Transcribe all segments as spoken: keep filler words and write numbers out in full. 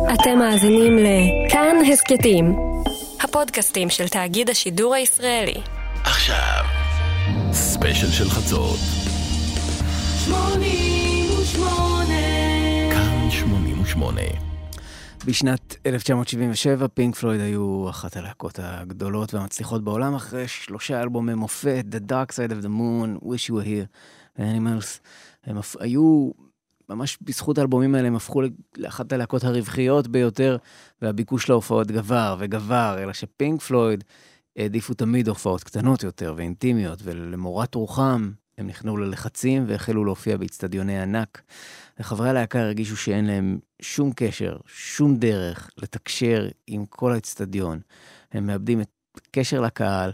אתם מאזינים לכאן הסקטים, הפודקאסטים של תאגיד השידור הישראלי. עכשיו, ספיישל של חצות. שמונים ושמונה. כאן שמונים ושמונה. בשנת אלף תשע מאות שבעים ושבע פינק פלויד היו אחת הלהקות הגדולות והמצליחות בעולם, אחרי שלושה אלבומי מופת, The Dark Side of the Moon, Wish You Were Here, Animals. הם היו, ממש בזכות האלבומים האלה, הם הפכו לאחת הלהקות הרווחיות ביותר, והביקוש להופעות גבר וגבר, אלא שפינק פלויד העדיפו תמיד הופעות קטנות יותר ואינטימיות, ולמורת רוחם הם נכנעו ללחצים והחלו להופיע באצטדיוני ענק. וחברי הלהקה הרגישו שאין להם שום קשר, שום דרך לתקשר עם כל האצטדיון. הם מאבדים את קשר לקהל,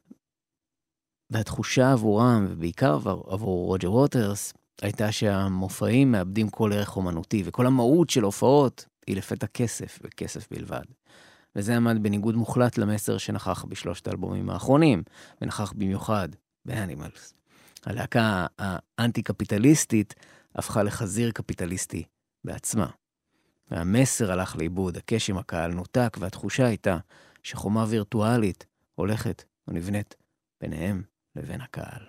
והתחושה עבורם, ובעיקר עבור רוג'ר ווטרס, הייתה שהמופעים מאבדים כל ערך אומנותי, וכל המהות של הופעות היא לפתע כסף, וכסף בלבד. וזה עמד בניגוד מוחלט למסר שנכח בשלושת האלבומים האחרונים, ונכח במיוחד באנימלס. הלהקה האנטי-קפיטליסטית הפכה לחזיר קפיטליסטי בעצמה. והמסר הלך לאיבוד, הקשר עם הקהל נותק, והתחושה הייתה שחומה וירטואלית הולכת ונבנית ביניהם לבין הקהל.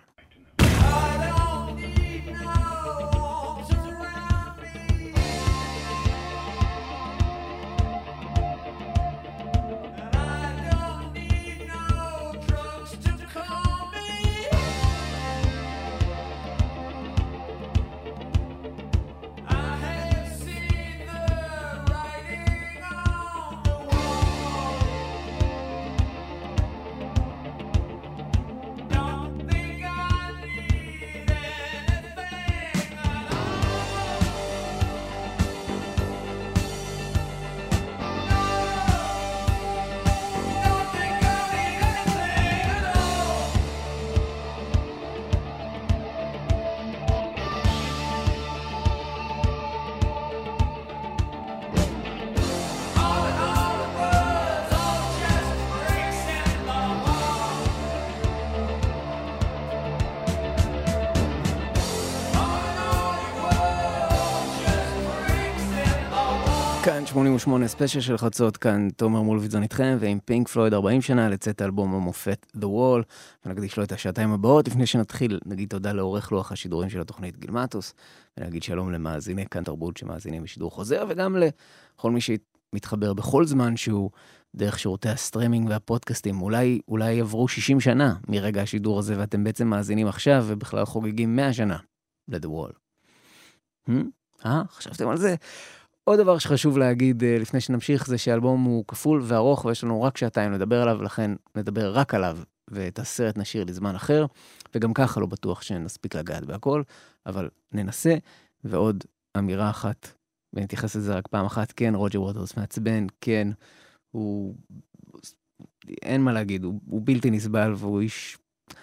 כאן שמונים ושמונה ספיישל של חצות, כאן תומר מולביטזון איתכם, ועם פינק פלויד ארבעים שנה לצאת אלבום המופת The Wall, ונקדיש לו את השעתיים הבאות. לפני שנתחיל, נגיד תודה לעורך לוח השידורים של התוכנית גילמטוס, ונגיד שלום למאזיני כאן תרבות שמאזינים בשידור חוזר, וגם לכל מי שמתחבר בכל זמן שהוא דרך שירותי הסטרימינג והפודקאסטים. אולי, אולי עברו שישים שנה מרגע השידור הזה, ואתם בעצם מאזינים עכשיו, ובכלל חוגגים מאה שנה ל-The Wall. אה? חשבתם על זה? עוד דבר שחשוב להגיד לפני שנמשיך זה שהאלבום הוא כפול וארוך ויש לנו רק שעתיים לדבר עליו, לכן נדבר רק עליו ואת הסרט נשאיר לזמן אחר, וגם ככה לא בטוח שנספיק לגעת בהכל, אבל ננסה. ועוד אמירה אחת, ונתייחס לזה רק פעם אחת, כן, רוג'ר ווטרס מעצבן, כן, הוא, אין מה להגיד, הוא, הוא בלתי נסבל והוא איש,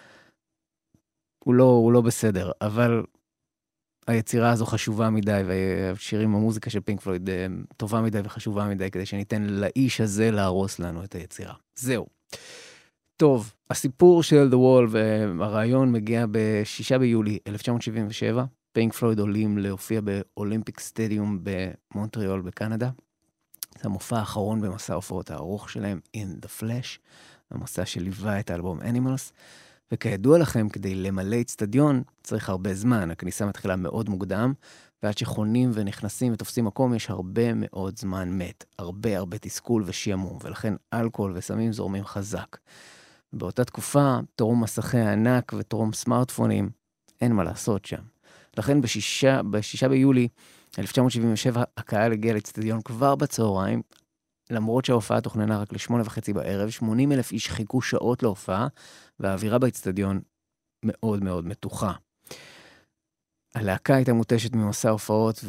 הוא לא, הוא לא בסדר, אבל היצירה הזו חשובה מדי, והשירים, המוזיקה של פינק פלויד טובה מדי וחשובה מדי, כדי שניתן לאיש הזה להרוס לנו את היצירה. זהו. טוב, הסיפור של The Wall והרעיון מגיע בשישה ביולי אלף תשע מאות שבעים ושבע. פינק פלויד עולים להופיע באולימפיק סטדיום במונטריאול בקנדה. זה המופע האחרון במסע ההופעות הארוך שלהם, In the Flash, המסע שליווה את האלבום Animals. וכידוע לכם, כדי למלא אצטדיון צריך הרבה זמן. הכניסה מתחילה מאוד מוקדם, ועד שחונים ונכנסים ותופסים מקום יש הרבה מאוד זמן מת. הרבה הרבה תסכול ושיעמום, ולכן אלכוהול וסמים זורמים חזק. באותה תקופה, תרום מסכי הענק ותרום סמארטפונים, אין מה לעשות שם. לכן בשישה, בשישה ביולי אלף תשע מאות שבעים ושבע הקהל הגיע לאצטדיון כבר בצהריים, למרות שההופעה תוכננה רק לשמונה וחצי בערב. שמונים אלף איש חיכו שעות להופעה, והאווירה באצטדיון מאוד מאוד מתוחה. הלהקה הייתה מוטשת ממסע הופעות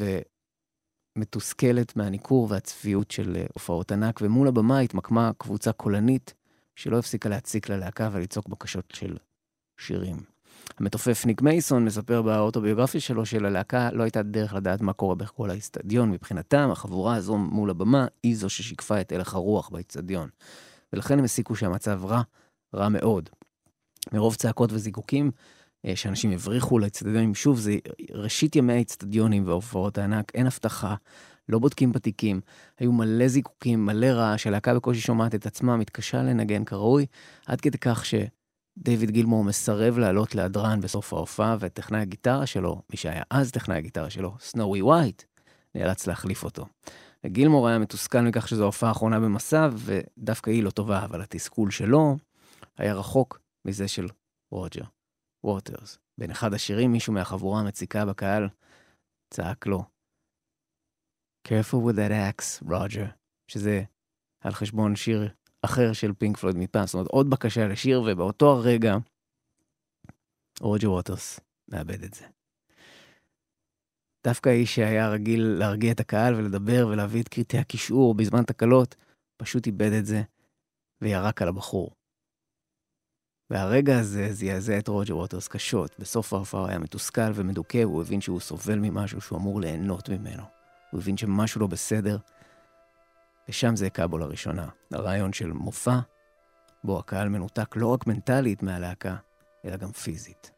ומתוסכלת מהניכור והצפיות של הופעות ענק, ומול הבמה התמקמה קבוצה קולנית שלא הפסיקה להציק ללהקה ולצעוק בקשות של שירים. המתופף ניק מייסון מספר באוטוביוגרפיה שלו שללהקה לא הייתה דרך לדעת מה קורה בכל האצטדיון. מבחינתם, החבורה הזו מול הבמה היא זו ששיקפה את הלך הרוח באצטדיון. ולכן הם הסיקו שהמצב רע, רע מאוד. מרוב צעקות וזיקוקים, שאנשים הבריחו לאצטדיונים, שוב, זה ראשית ימי האצטדיונים וההופעות הענק, אין הבטחה לא בודקים בתיקים, היו מלא זיקוקים, מלא רעש, הלהקה בקושי שומעת את עצמה, מתקשה לנגן כראוי, עד כדי כך שדייוויד גילמור מסרב לעלות להדרן בסוף ההופעה, וטכנאי הגיטרה שלו, מי שהיה אז טכנאי הגיטרה שלו, סנואי ווייט, נאלץ להחליף אותו. וגילמור היה מתוסכל מכך שזו ההופעה האחרונה במסע, ודווקא היא לא טובה, אבל התסכול שלו היה רחוק מזה של רוג'ר ווטרס. בין אחד השירים, מישהו מהחבורה המציקה בקהל צעק לו, Careful with that axe, Roger, שזה על חשבון שיר אחר של פינק פלויד מפעם, זאת אומרת, עוד בקשה לשיר, ובאותו הרגע, רוג'ר ווטרס מאבד את זה. דווקא האיש שהיה רגיל להרגיע את הקהל ולדבר ולהביא את קריטי הקישור בזמן תקלות, פשוט איבד את זה וירק על הבחור. והרגע הזה זעזע את רוג'ר ווטרס קשות. בסוף ההופעה היה מתוסכל ומדוכא, הוא הבין שהוא סובל ממשהו שהוא אמור ליהנות ממנו. הוא הבין שמשהו לא בסדר, ושם זה הקע בו לראשונה. הרעיון של מופע, בו הקהל מנותק לא רק מנטלית מהלהקה, אלא גם פיזית.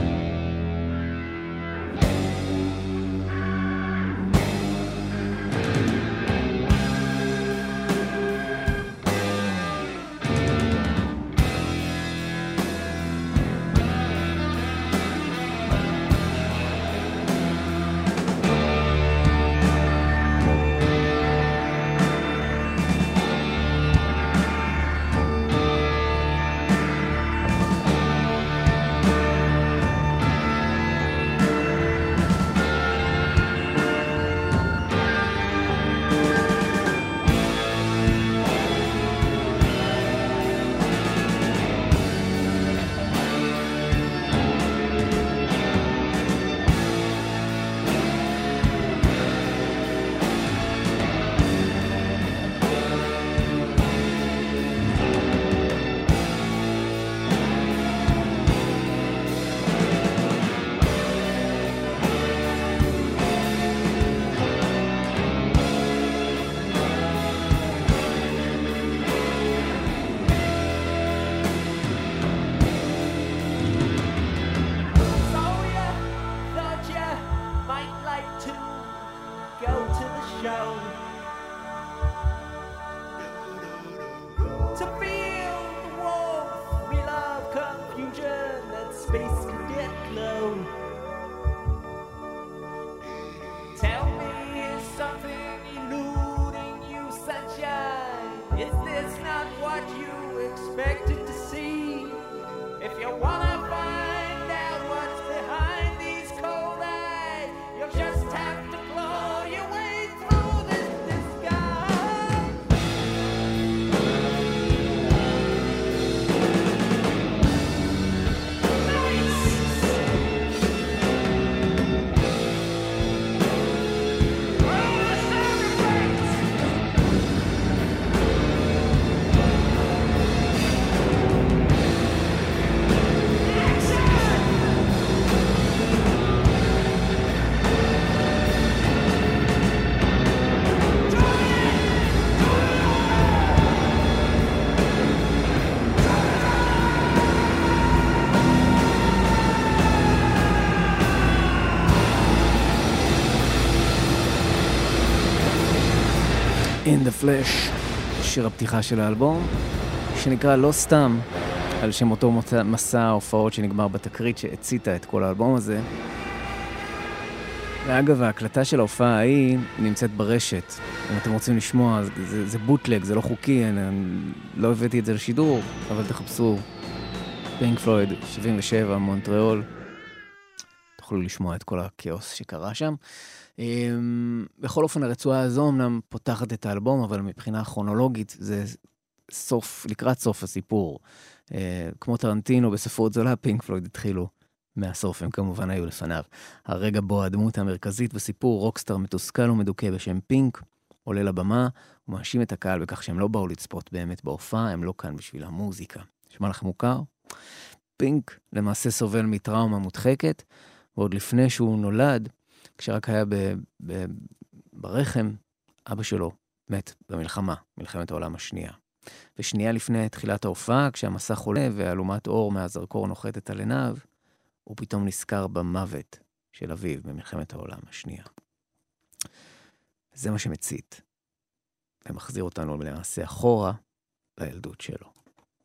In the Flesh, שיר הפתיחה של האלבום, שנקרא לא סתם על שם אותו מסע ההופעות שנגמר בתקרית שהציתה את כל האלבום הזה. ואגב, ההקלטה של ההופעה ההיא נמצאת ברשת. אם אתם רוצים לשמוע, זה, זה בוטלג, זה לא חוקי, אני, אני לא הבאתי את זה לשידור, אבל תחפשו פינק פלויד שבעים ושבע, מונטריאול. תוכלו לשמוע את כל הכאוס שקרה שם. בכל אופן, הרצועה הזו אמנם פותחת את האלבום, אבל מבחינה כרונולוגית זה סוף, לקראת סוף הסיפור. כמו טרנטינו בספרות זולה, פינק פלויד התחילו מהסוף, הם כמובן היו לפניו. הרגע בו הדמות המרכזית בסיפור, רוקסטאר מתוסכל ומדוכא בשם פינק, עולה לבמה ומאשים את הקהל בכך שהם לא באו לצפות באמת בהופעה, הם לא כאן בשביל המוזיקה. נשמע לכם מוכר? פינק למעשה סובל מטראומה מודחקת, ועוד לפני שהוא נולד, כשרק היה ב- ב- ברחם, אבא שלו מת במלחמה, מלחמת העולם השנייה. ושנייה לפני תחילת ההופעה, כשהמסך עולה והלומת אור מהזרקור נוחתת על עיניו, הוא פתאום נזכר במוות של אביו במלחמת העולם השנייה. זה מה שמצית. ומחזיר אותנו למעשה אחורה לילדות שלו.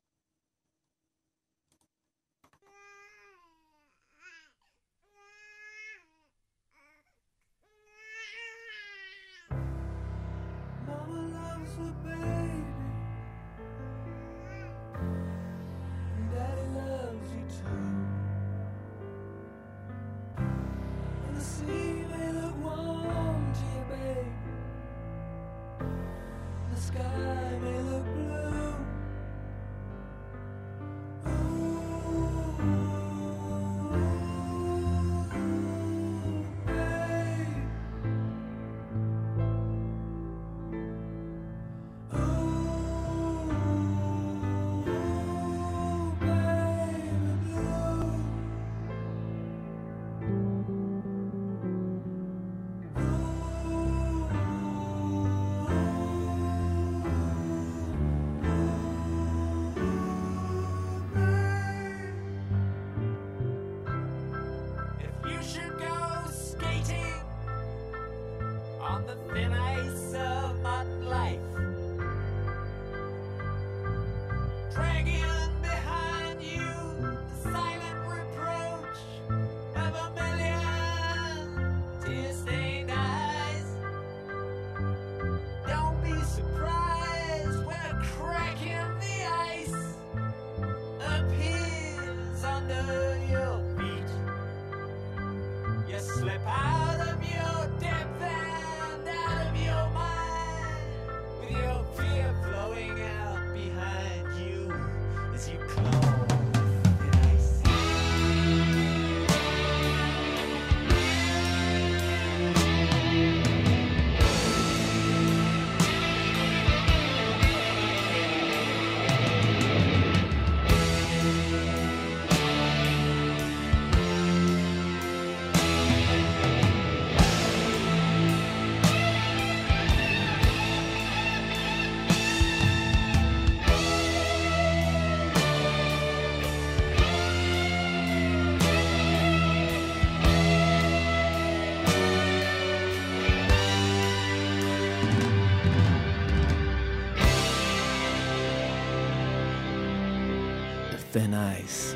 thin ice.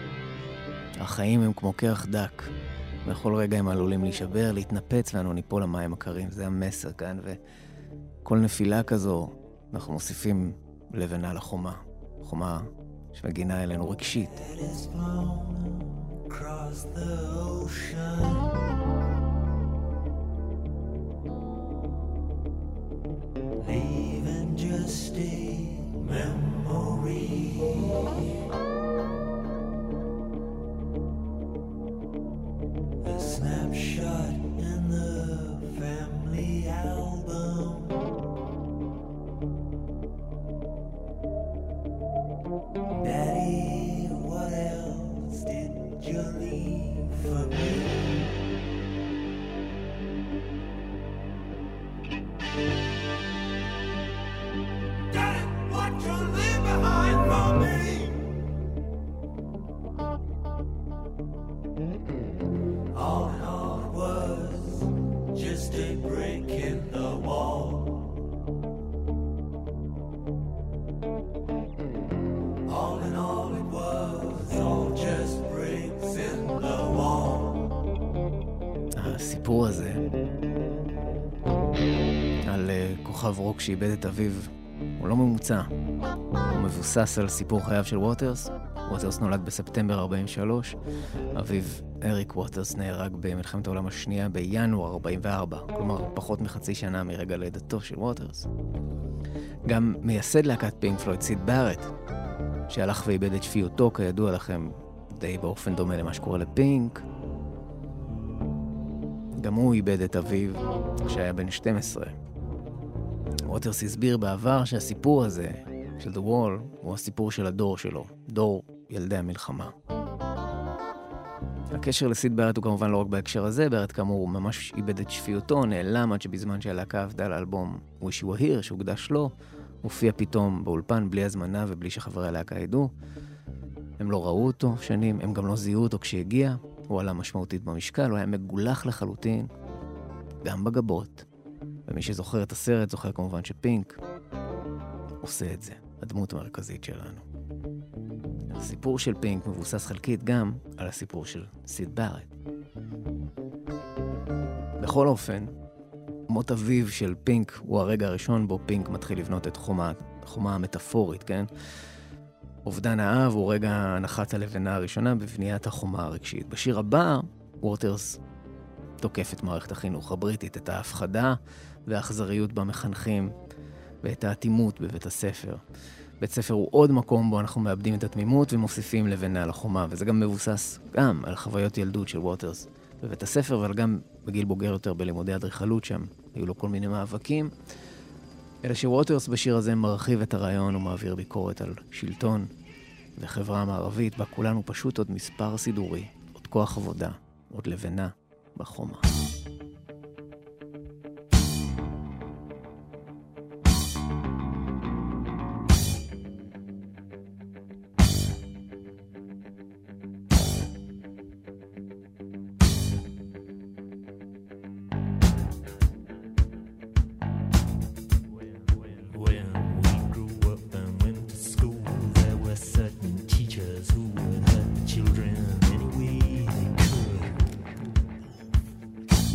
החיים הם כמו קרח דק. בכל רגע הם עלולים להישבר, להתנפץ ואנו ניפול למים הקרים. זה המסר כאן, וכל נפילה כזו אנחנו מוסיפים לבנה לחומה. חומה שמגינה אלינו רגשית. Leaving just a memory. A snapshot in the family album. Daddy, what else did you leave for me? הסיפור הזה על כוכב רוק שאיבד את אביו הוא לא ממוצע. הוא מבוסס על סיפור חייו של ווטרס. ווטרס נולד בספטמבר ארבעים ושלוש. אביו אריק ווטרס נהרג במלחמת העולם השנייה בינואר ארבעים וארבע, כלומר פחות מחצי שנה מרגע לידתו של ווטרס. גם מייסד להקת פינק פלויד, סיד בארט, שהלך ואיבד את שפיותו, כידוע לכם, די באופן דומה למה שקורה לפינק. גם הוא איבד את אביו כשהיה בן שתים עשרה. ווטרס הסביר בעבר שהסיפור הזה של The Wall הוא הסיפור של הדור שלו, דור ילדי המלחמה. הקשר לסיד בארט הוא כמובן לא רק בהקשר הזה. בארט כאמור ממש איבד את שפיותו, נעלם עד שבזמן שהלהקה עבדה לאלבום Wish You Were Here שהוקדש לו, הופיע פתאום באולפן בלי הזמנה ובלי שחברי הלהקה ידעו. הם לא ראו אותו שנים, הם גם לא זיהו אותו כשהגיע. הוא עלה משמעותית במשקל, הוא היה מגולח לחלוטין, גם בגבות ומי שזוכר את הסרט זוכר כמובן שפינק עושה את זה, הדמות המרכזית שלנו. הסיפור של פינק מבוסס חלקית גם על הסיפור של סיד בארט. בכל אופן, מות אביו של פינק הוא הרגע הראשון בו פינק מתחיל לבנות את חומה, חומה המטאפורית, כן? אובדן האב הוא רגע הנחת הלבנה הראשונה בבניית החומה הרגשית. בשיר הבא, ווטרס תוקף את מערכת החינוך הבריטית, את ההפחדה והאכזריות במחנכים ואת האטימות בבית הספר. בית ספר הוא עוד מקום בו אנחנו מאבדים את התמימות ומוסיפים לבנה לחומה, וזה גם מבוסס גם על חוויות ילדות של ווטרס בבית הספר, אבל גם בגיל בוגר יותר בלימודי אדריכלות שם. היו לו כל מיני מאבקים. אלא שווטרס בשיר הזה מרחיב את הרעיון ומעביר ביקורת על שלטון וחברה מערבית, בה כולנו פשוט עוד מספר סידורי, עוד כוח עבודה, עוד לבנה בחומה. Children any way they could.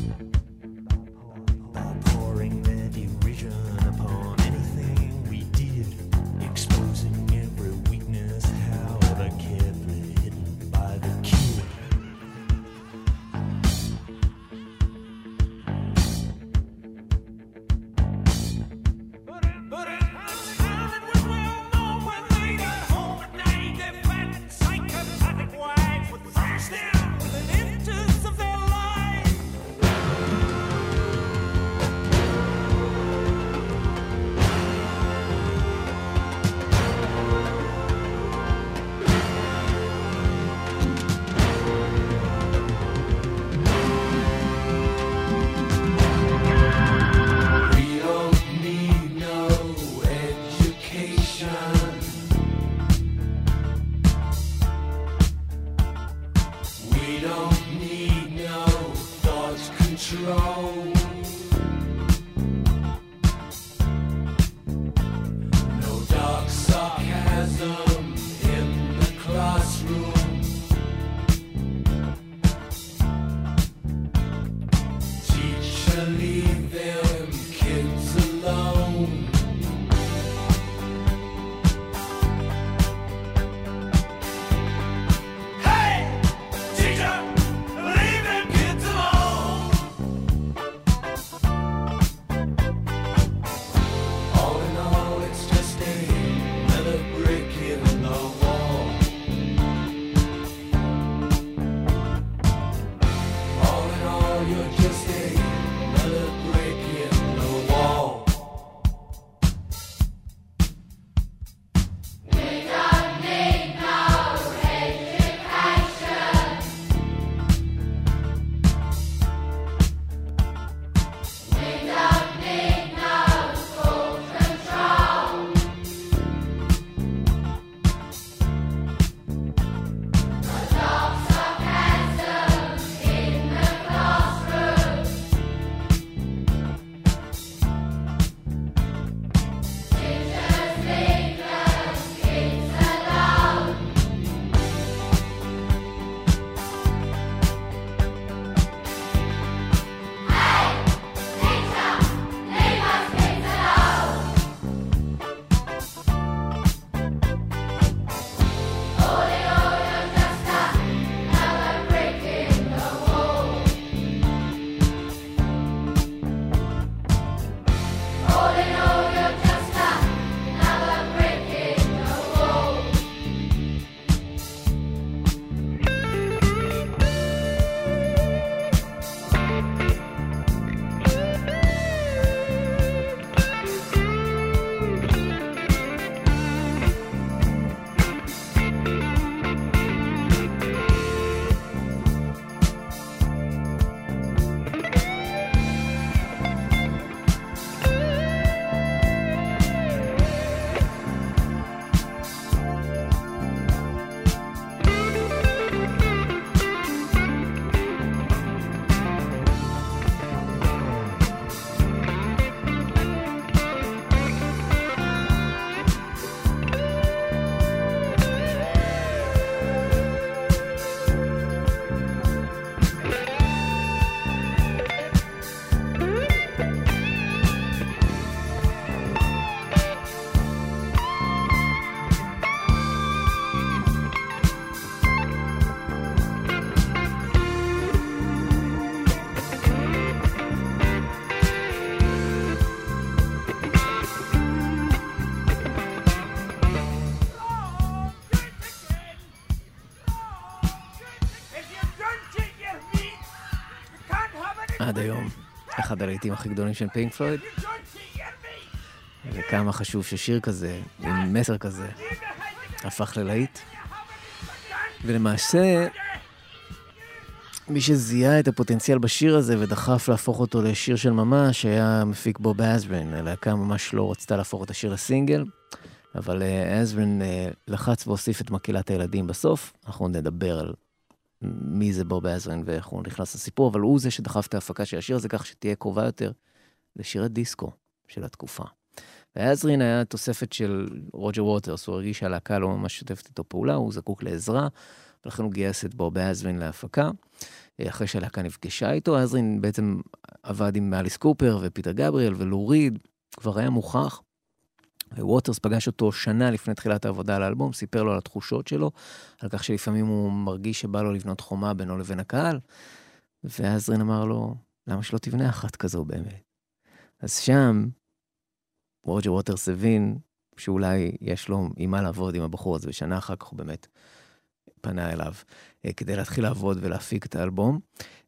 אחד הלהיטים הכי גדולים של פינק פלויד. וכמה חשוב ששיר כזה, עם מסר כזה, הפך ללהיט. ולמעשה, מי שזיהה את הפוטנציאל בשיר הזה ודחף להפוך אותו לשיר של ממש, היה מפיק בוב אזרין. הלהקה ממש לא רצתה להפוך את השיר לסינגל, אבל אזרין לחץ והוסיף את מקהלת הילדים בסוף. אנחנו נדבר על מי זה בוב אזרין ואיך הוא נכנס לסיפור, אבל הוא זה שדחף את ההפקה של השיר הזה כך שתהיה קרובה יותר לשירת דיסקו של התקופה. ואזרין היה תוספת של רוג'ר ווטרס, הוא הרגיש שהלהקה לא ממש שותפת איתו פעולה, הוא זקוק לעזרה, ולכן הוא גייס את בוב אזרין להפקה. אחרי שהלהקה נפגשה איתו, אזרין בעצם עבד עם אליס קופר ופיטר גבריאל ולו ריד, כבר היה מוכח. וווטרס פגש אותו שנה לפני תחילת העבודה על האלבום, סיפר לו על התחושות שלו, על כך שלפעמים הוא מרגיש שבא לו לבנות חומה בינו לבין הקהל, ואזרין אמר לו, למה שלא תבנה אחת כזו באמת? אז שם, רוג'ר ווטרס הבין שאולי יש לו עם מה לעבוד עם הבחור הזה, ושנה אחר כך הוא באמת פנה אליו, כדי להתחיל לעבוד ולהפיק את האלבום.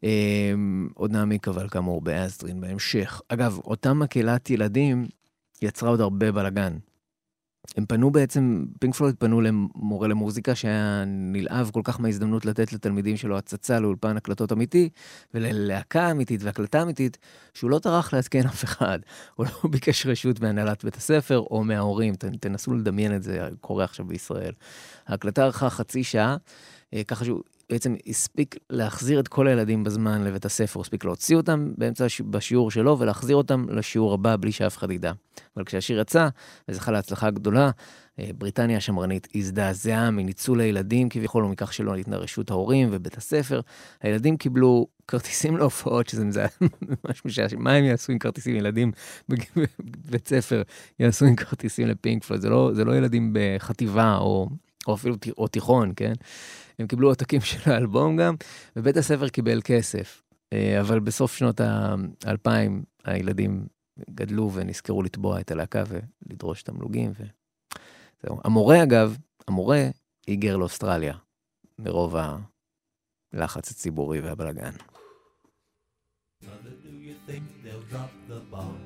עוד נעמיק אבל כאמור באזרין בהמשך. אגב, אותם מקהלת ילדים יצרה עוד הרבה בלגן. הם פנו בעצם, פינק פלויד פנו למורה למוזיקה שהיה נלהב כל כך מההזדמנות לתת לתלמידים שלו הצצה לאולפן הקלטות אמיתי, וללהקה אמיתית והקלטה אמיתית, שהוא לא טרח לעדכן אף אחד. הוא לא ביקש רשות מהנהלת בית הספר או מההורים. תנסו לדמיין את זה, קורה עכשיו בישראל. ההקלטה ערכה חצי שעה, ככה שהוא בעצם הספיק להחזיר את כל הילדים בזמן לבית הספר, הספיק להוציא אותם באמצע בשיעור שלו, ולהחזיר אותם לשיעור הבא בלי שאף אחד ידע. אבל כשהשיר יצא, וזכה להצלחה גדולה, בריטניה השמרנית הזדעזעה מניצול הילדים, כביכול ומכך שלא ניתנה רשות ההורים ובית הספר. הילדים קיבלו כרטיסים להופעות, שזה מזעזע, ממש משעשע. מה הם יעשו עם כרטיסים? ילדים בבית ספר יעשו עם כרטיסים לפינק פלויד. זה לא, זה לא ילדים בחטיבה או, או אפילו או תיכון, כן? הם קיבלו עותקים של האלבום גם, ובית הספר קיבל כסף. אבל בסוף שנות האלפיים הילדים גדלו ונזכרו לתבוע את הלהקה ולדרוש תמלוגים. וזהו. המורה אגב, המורה היגר לאוסטרליה, מרוב הלחץ הציבורי והבלגן. Mother, do you think they'll drop the bomb?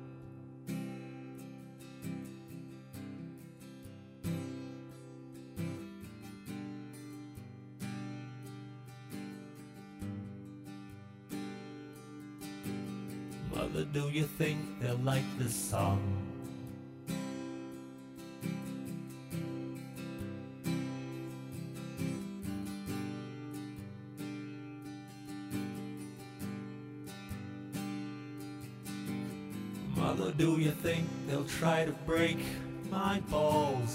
Mother, do you think they'll like this song? Mother, do you think they'll try to break my balls?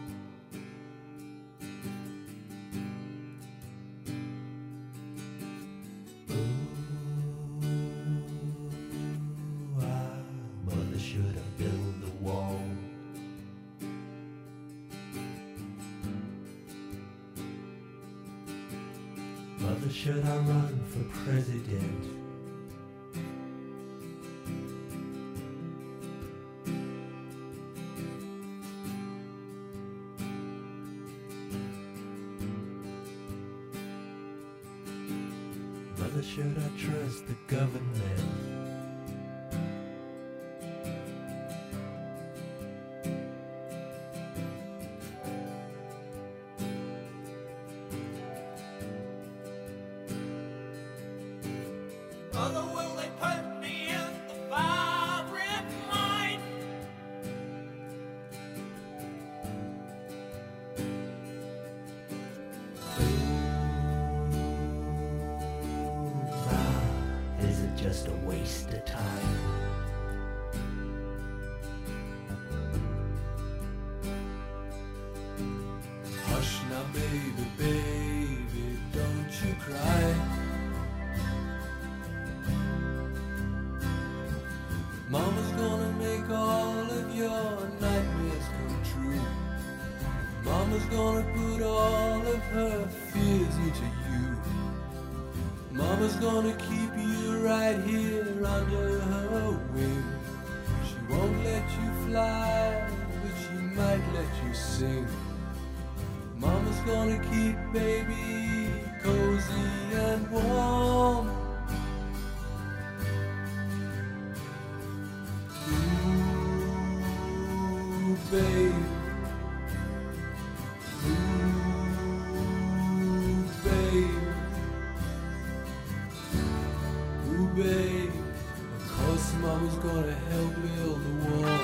Should I run for president? Mother, should I trust the government? Just a waste of time. Hush now, baby, baby, don't you cry. Mama's gonna make all of your nightmares come true. Mama's gonna put all of her fears into you. Mama's gonna keep you right here under her wing. She won't let you fly, but she might let you sing. Mama's gonna keep baby cozy and warm. babe. Babe, of course Mama's gonna help build the wall.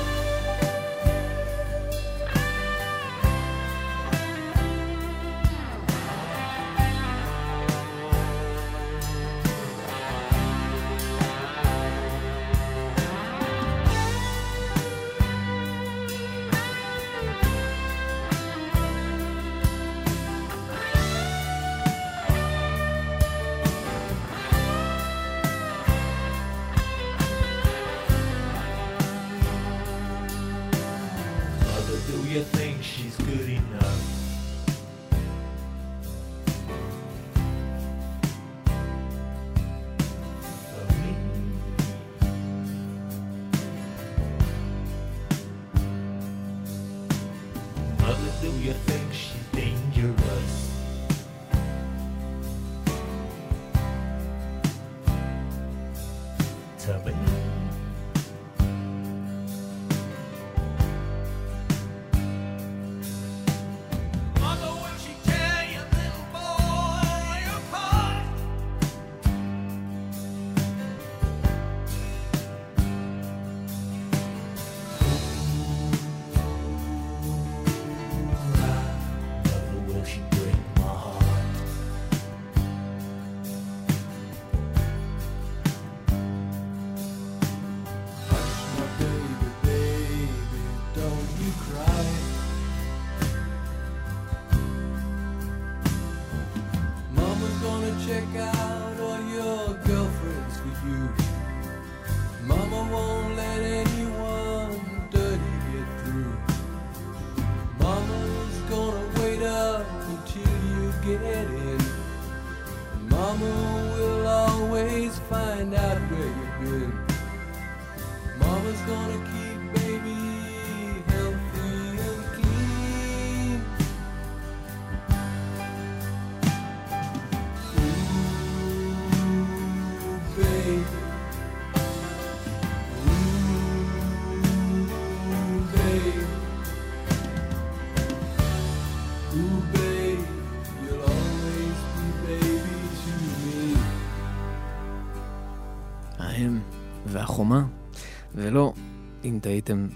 You think she's good enough? For me? Mother, do you think she's dangerous? Tell me. Check out all your girlfriends for you. Mama won't let anyone dirty get through. Mama's gonna wait up until you get in. Mama will always find out where you've been. Mama's gonna keep baby healthy and clean. ההם והחומה, ולא, אם טעיתם,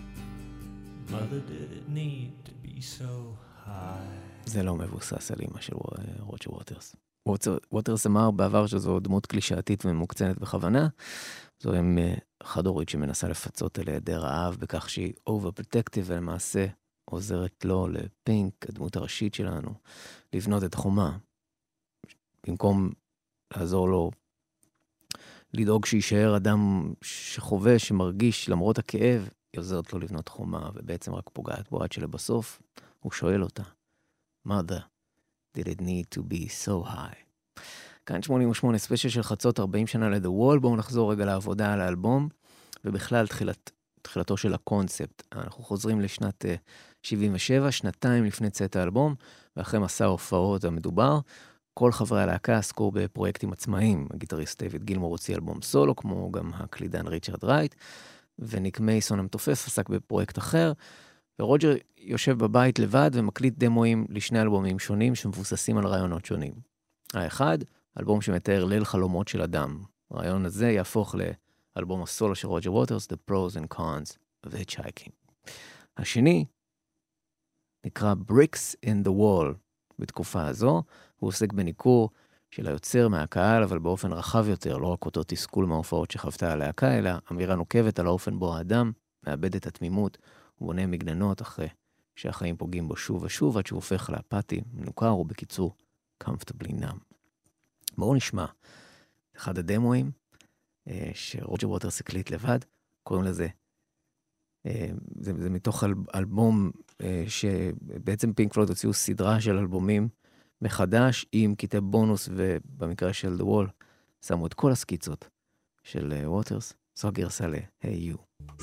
זה לא מבוסס על אמא של רוג'ר ווטרס. ווטרס אמר בעבר שזו דמות קלישאתית ומוקצנת בכוונה, זו אם חד-הורית שמנסה לפצות על היעדר האב בכך שהיא overprotective ולמעשה עוזרת לו, לפינק, הדמות הראשית שלנו, לבנות את החומה. במקום לעזור לו לדאוג שישאר אדם שחווה, שמרגיש למרות הכאב, היא עוזרת לו לבנות חומה, ובעצם רק פוגעת בו עד שלבסוף הוא שואל אותה, Mother, did it need to be so high? כאן שמונים ושמונה ספיישל של חצות ארבעים שנה ל-The Wall, בואו נחזור רגע לעבודה על האלבום, ובכלל תחילת, תחילתו של הקונספט. אנחנו חוזרים לשנת uh, שבעים ושבע, שנתיים לפני צאת האלבום, ואחרי מסע ההופעות המדובר, כל חברי הלהקה עסקו בפרויקטים עצמאיים. הגיטריסט דיוויד גילמור הוציא אלבום סולו, כמו גם הקלידן ריצ'רד רייט, וניק מייסון המתופף עסק בפרויקט אחר, ורוג'ר יושב בבית לבד ומקליט דמואים לשני אלבומים שונים שמבוססים על רעיונות שונים. האחד, אלבום שמתאר ליל חלומות של אדם. הרעיון הזה יהפוך לאלבום הסולו של רוג'ר ווטרס, The Pros and Cons of Hitchhiking. השני נקרא Bricks in the Wall. בתקופה הזו הוא עוסק בניקור של היוצר מהקהל, אבל באופן רחב יותר, לא רק אותו תסכול מההופעות שחוותה הלהקה, אלא אמירה נוקבת על האופן בו האדם מאבד את התמימות, הוא בונה מגננות אחרי שהחיים פוגעים בו שוב ושוב, עד שהוא הופך לאפתי, מנוכר ובקיצור, comfortably numb. בואו נשמע אחד הדמואים אה, שרוג'ר ווטרס הקליט לבד, קוראים לזה, אה, זה, זה מתוך אל, אלבום אה, שבעצם פינק פלויד הוציאו סדרה של אלבומים מחדש עם קטעי בונוס, ובמקרה של The Wall שמו את כל הסקיצות של אה, ווטרס, זו הגרסה ל-Hey You.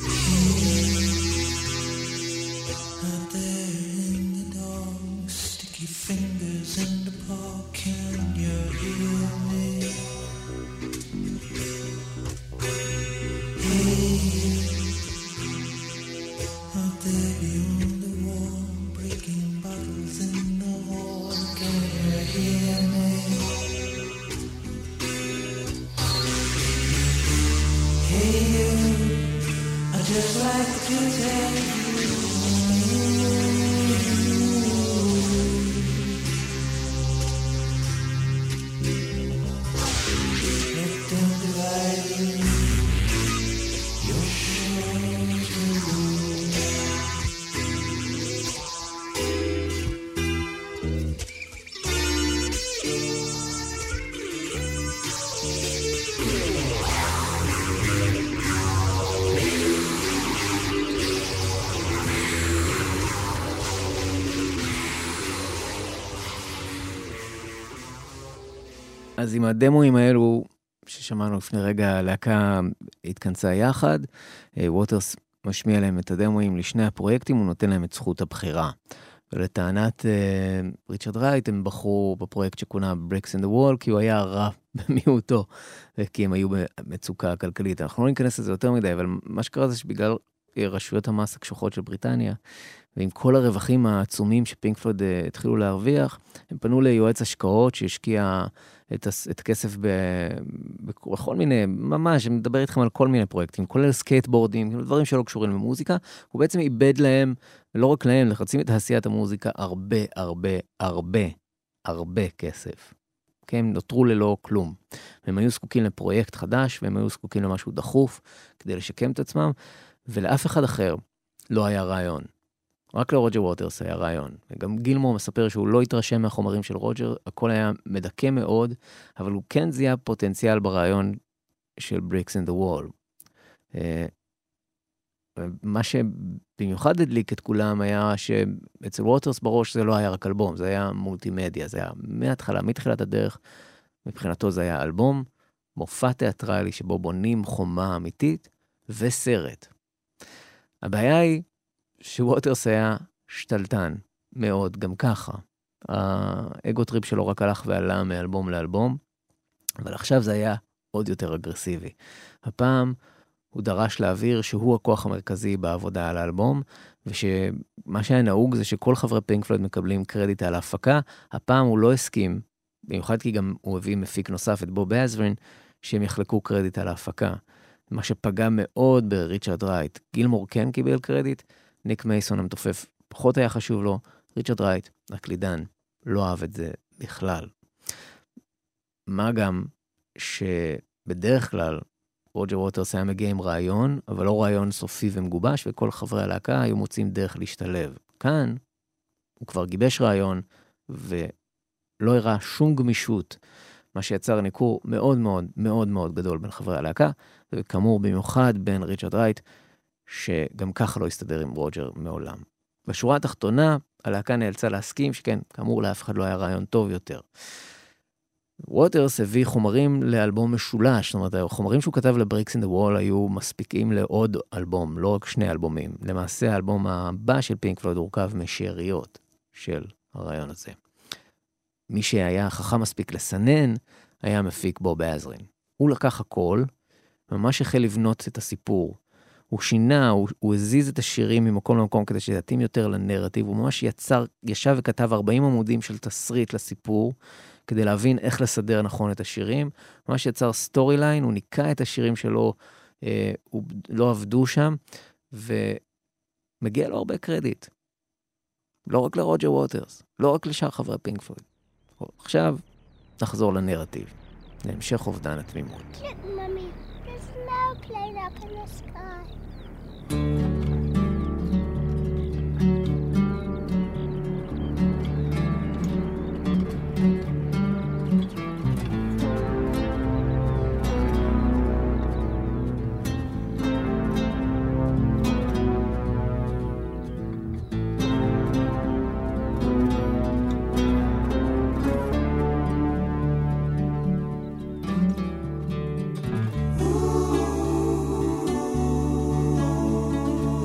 Fingers in the park, can you hear me? Hey, out there beyond the wall, breaking bottles in the hall. Can you hear me? Hey you, I'd just like to tell you, let them divide you, you're sure to lose. אז עם הדמוים האלו, ששמענו לפני רגע, הלהקה התכנסה יחד, ווטרס משמיע להם את הדמוים לשני הפרויקטים, הוא נותן להם את זכות הבחירה. ולטענת uh, ריצ'רד רייט, הם בחרו בפרויקט שכונה Breaks in the Wall, כי הוא היה רע במיעוטו, כי הם היו במצוקה כלכלית. אנחנו לא ניכנס לזה יותר מדי, אבל מה שקרה זה שבגלל רשויות המס הקשוחות של בריטניה, ועם כל הרווחים העצומים שפינק פלויד uh, התחילו להרוויח, הם פנו ליועץ השקעות שהשקיע את, את הכסף ב, בכל מיני, ממש, אני מדבר איתכם על כל מיני פרויקטים, כולל סקייטבורדים, דברים שלא קשורים למוזיקה, הוא בעצם איבד להם, ולא רק להם, לחצים את תעשיית המוזיקה הרבה, הרבה, הרבה, הרבה כסף. כי הם נותרו ללא כלום. הם היו זקוקים לפרויקט חדש, והם היו זקוקים למשהו דחוף, כדי לשקם את עצמם, ולאף אחד אחר לא היה רעיון. רק לרוג'ר ווטרס היה רעיון. וגם גילמור מספר שהוא לא התרשם מהחומרים של רוג'ר, הכל היה מדכא מאוד, אבל הוא כן זיהה פוטנציאל ברעיון של Breaks in the Wall. מה שבמיוחד הדליק את כולם היה שאצל ווטרס בראש זה לא היה רק אלבום, זה היה מולטימדיה, זה היה מההתחלה, מתחילת הדרך, מבחינתו זה היה אלבום, מופע תיאטרלי שבו בונים חומה אמיתית וסרט. הבעיה היא שווטרס היה שתלטן מאוד, גם ככה. האגו טריפ שלו רק הלך ועלה מאלבום לאלבום, אבל עכשיו זה היה עוד יותר אגרסיבי. הפעם הוא דרש להעביר שהוא הכוח המרכזי בעבודה על האלבום, ושמה שהיה נהוג זה שכל חברי פינק פלויד מקבלים קרדיט על ההפקה, הפעם הוא לא הסכים, במיוחד כי גם הוא הביא מפיק נוסף את בוב אזרין, שהם יחלקו קרדיט על ההפקה. מה שפגע מאוד בריצ'רד רייט. גילמור כן קיבל קרדיט, ניק מייסון המתופף פחות היה חשוב לו, ריצ'רד רייט, הקלידן, לא אהב את זה בכלל. מה גם שבדרך כלל רוג'ר ווטרס היה מגיע עם רעיון, אבל לא רעיון סופי ומגובש, וכל חברי הלהקה היו מוצאים דרך להשתלב. כאן הוא כבר גיבש רעיון, ולא הראה שום גמישות, מה שיצר ניכור מאוד מאוד מאוד מאוד גדול בין חברי הלהקה, וכאמור במיוחד בין ריצ'רד רייט, שגם ככה לא הסתדר עם רוג'ר מעולם. בשורה התחתונה, הלהקה נאלצה להסכים שכן, כאמור לאף אחד לא היה רעיון טוב יותר. ווטרס הביא חומרים לאלבום משולש, זאת אומרת, החומרים שהוא כתב ל-Breaks in the Wall היו מספיקים לעוד אלבום, לא רק שני אלבומים. למעשה, האלבום הבא של פינק פלויד הורכב משאריות של הרעיון הזה. מי שהיה חכם מספיק לסנן, היה מפיק בוב אזרין. הוא לקח הכל, ממש החל לבנות את הסיפור. הוא שינה, הוא, הוא הזיז את השירים ממקום למקום כדי שיתאים יותר לנרטיב, הוא ממש יצר, ישב וכתב ארבעים עמודים של תסריט לסיפור, כדי להבין איך לסדר נכון את השירים, ממש יצר סטורי ליין, הוא ניקה את השירים שלו, אה, הוא לא עבדו שם, ומגיע לו הרבה קרדיט. לא רק לרוג'ר ווטרס, לא רק לשאר חברי פינק פלויד. עכשיו נחזור לנרטיב, להמשך אובדן התמימות. Look, Mummy, there's snow playing up in the sky. Ooh.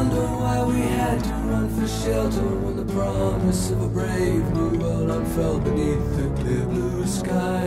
wonder why we had to run for shelter when the promise of a brave new world unfurled beneath the clear blue sky.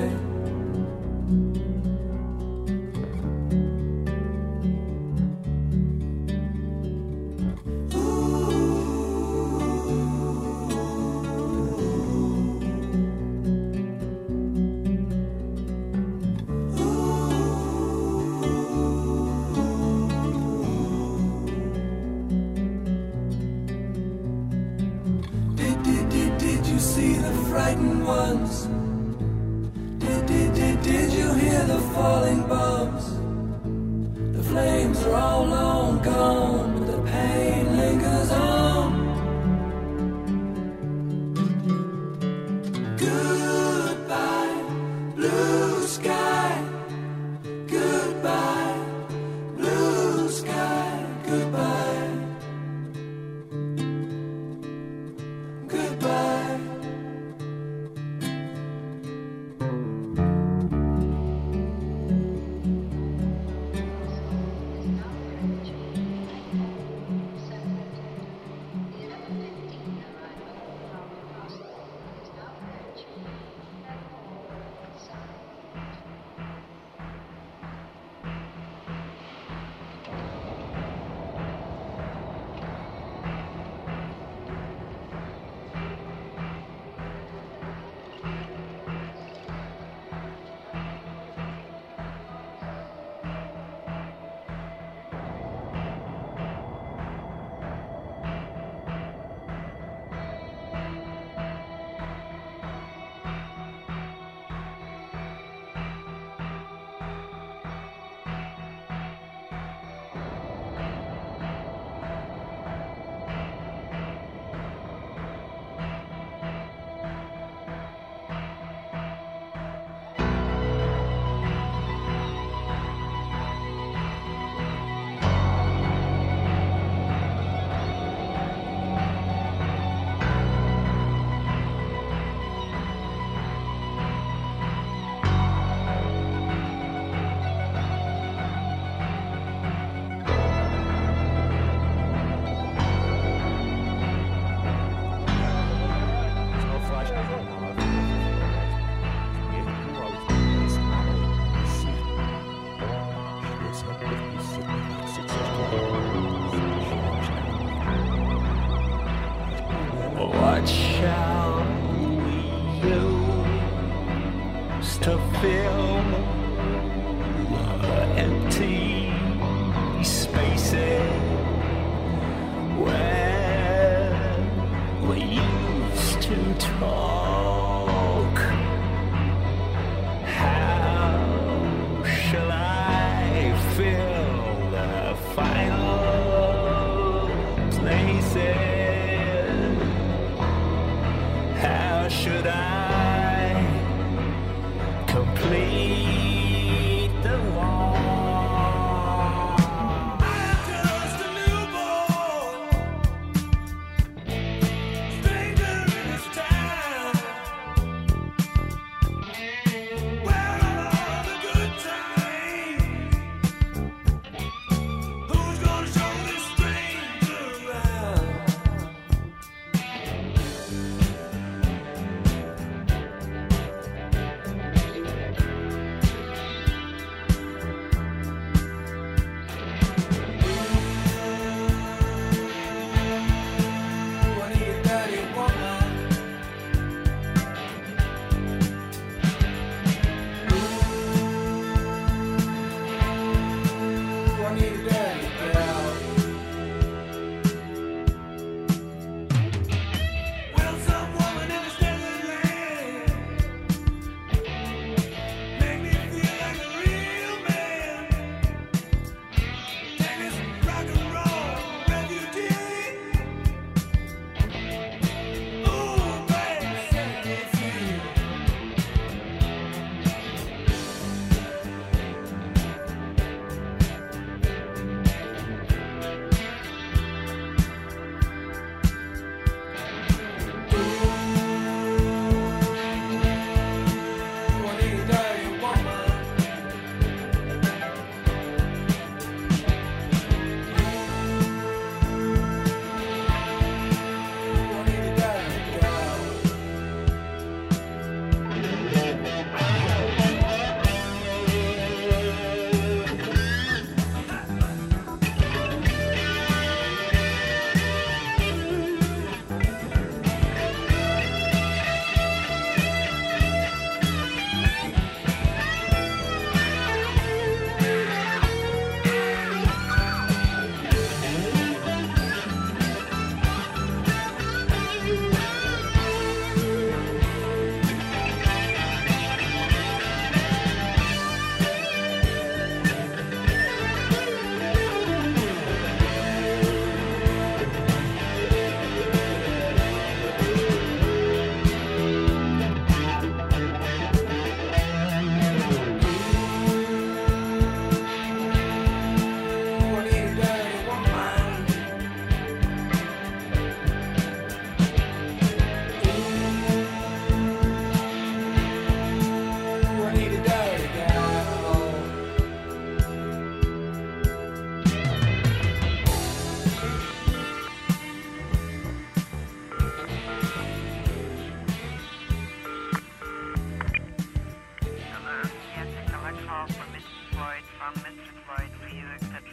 What shall we use to fill the empty spaces where we used to talk? How shall I fill the final places? How should I complete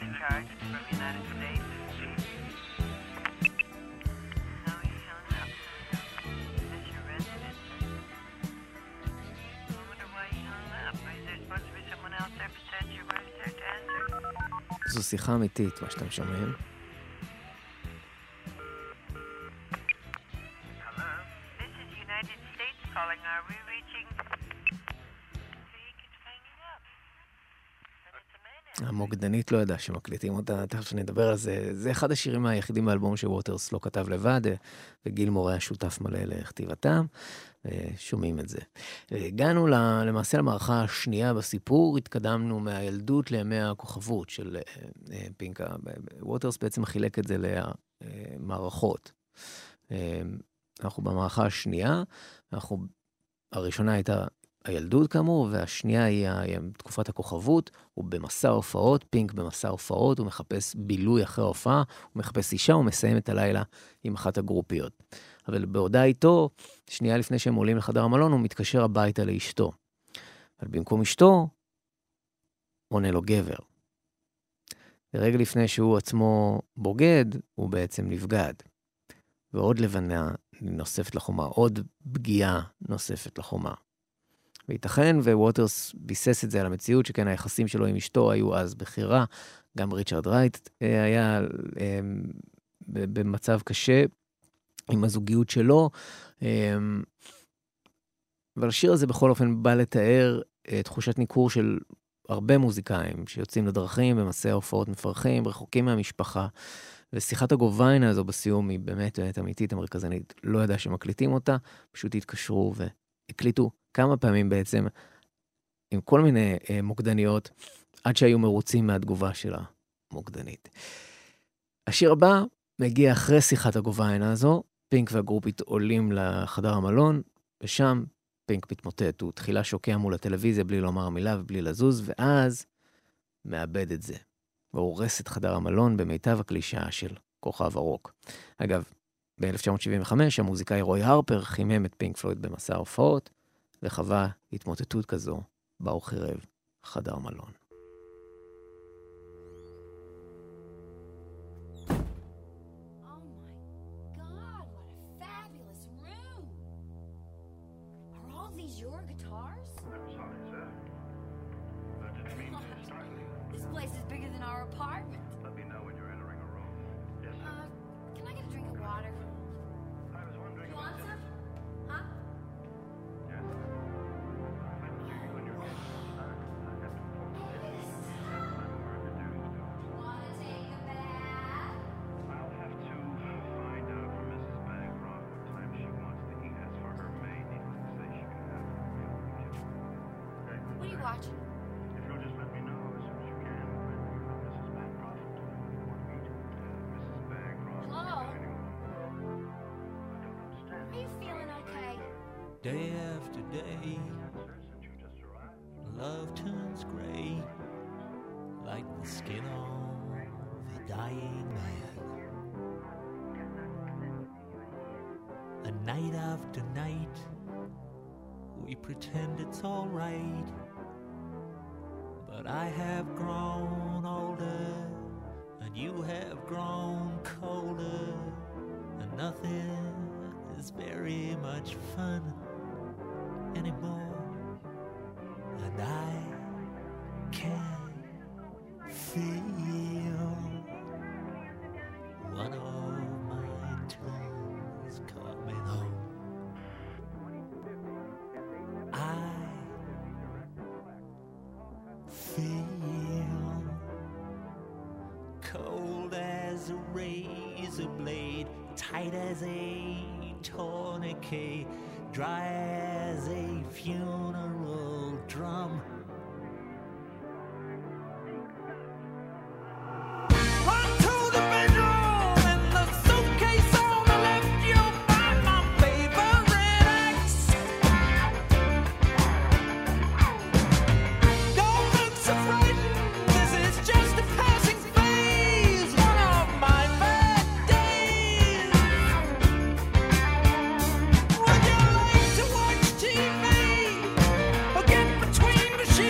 in charge from the United States. No, he hung up. Is this your residence? I wonder why he hung up. Is there supposed to be someone else there besides your wife there to answer? זו שיחה אמיתית, מה שאתם שומעים. Hello? This is United States calling. Are we reaching? He keeps hanging up. And it's a man. המוקדנית לא ידעה שמקליטים אותה, תכף נדבר על זה. זה אחד השירים היחידים באלבום שווטרס לא כתב לבד, וגיל מורה השותף מלא לכתיבתם, שומעים את זה. הגענו למעשה למערכה השנייה בסיפור, התקדמנו מהילדות לימי הכוכבות של פינק. ווטרס בעצם חילק את זה למערכות. אנחנו במערכה השנייה, אנחנו, הראשונה הייתה הילדות כאמור, והשנייה היא תקופת הכוכבות. הוא במסע הופעות, פינק במסע הופעות, הוא מחפש בילוי אחרי ההופעה, הוא מחפש אישה, הוא מסיים את הלילה עם אחת הגרופיות. אבל בהודעה איתו, שנייה לפני שהם עולים לחדר המלון, הוא מתקשר הביתה לאשתו. אבל במקום אשתו, עונה לו גבר. ורגע לפני שהוא עצמו בוגד, הוא בעצם נבגד. ועוד לבנה נוספת לחומה, עוד פגיעה נוספת לחומה. וייתכן, וווטרס ביסס את זה על המציאות, שכן היחסים שלו עם אשתו היו אז בחירה, גם ריצ'רד רייט היה במצב קשה עם הזוגיות שלו, אבל השיר הזה בכל אופן בא לתאר תחושת ניכור של הרבה מוזיקאים, שיוצאים לדרכים במסע הופעות מפרכים, רחוקים מהמשפחה, ושיחת הגוביינה הזו בסיום היא באמת באמת אמיתית, המרכזנית לא ידעה שמקליטים אותה, פשוט התקשרו והקליטו כמה פעמים בעצם עם כל מיני אה, מוקדניות, עד שהיו מרוצים מהתגובה של המוקדנית. השיר הבא מגיע אחרי שיחת הגוביינה הזו, פינק והגרופית עולים לחדר המלון, ושם פינק מתמוטט, הוא תחילה שוקע מול הטלוויזיה בלי לומר מילה ובלי לזוז, ואז מאבד את זה. והוא הורס את חדר המלון במיטב הקלישאה של כוכב הרוק. אגב, ב-אלף תשע מאות שבעים וחמש המוזיקאי רוי הרפר חימם את פינק פלויד במסע ההופעות, וחווה התמוטטות כזו בה הוא חירב חדר מלון. Watching. If you'll just let me know as soon as you can when you and Missus Bancroft want to meet Missus Bancroft. Hello? I don't understand. Are you feeling okay? Day after day, Since you just arrived. love turns gray, like the skin of a dying man. And night after night, we pretend it's all right. But I have grown older, and you have grown colder, and nothing is very much fun anymore. And I can feel one of my toes coming home. I feel cold as a razor blade, tight as a tourniquet, dry as a funeral drum. Would you like to watch T V or get between the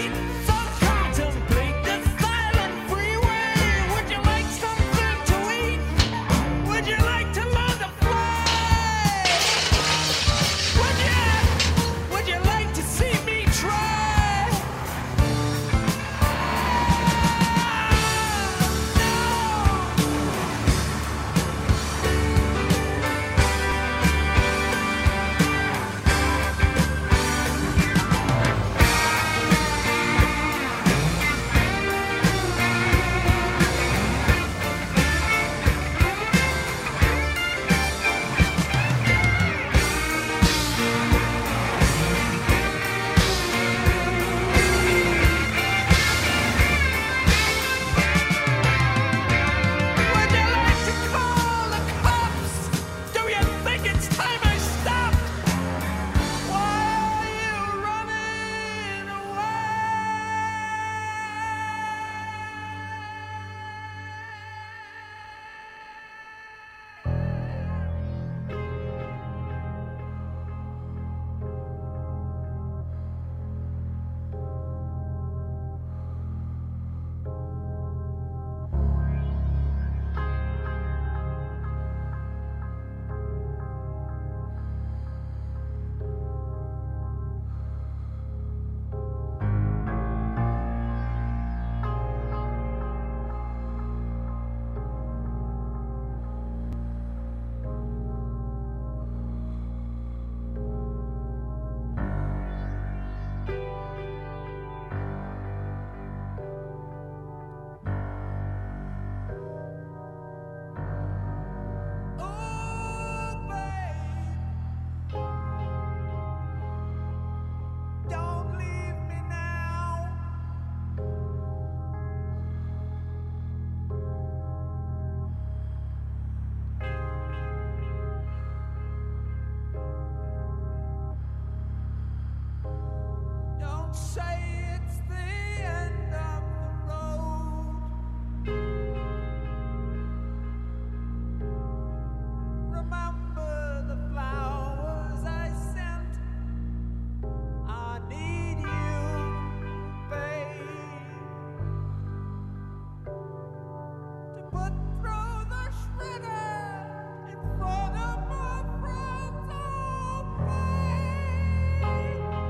but throw the shredder in front of my frontal plate.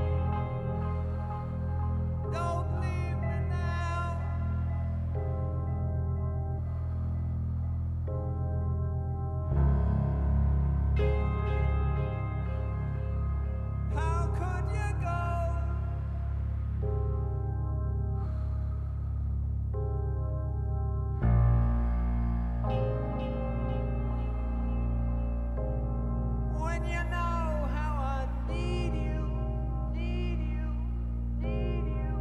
Don't leave me now. How could you go? When you know how I need you, need you, need you,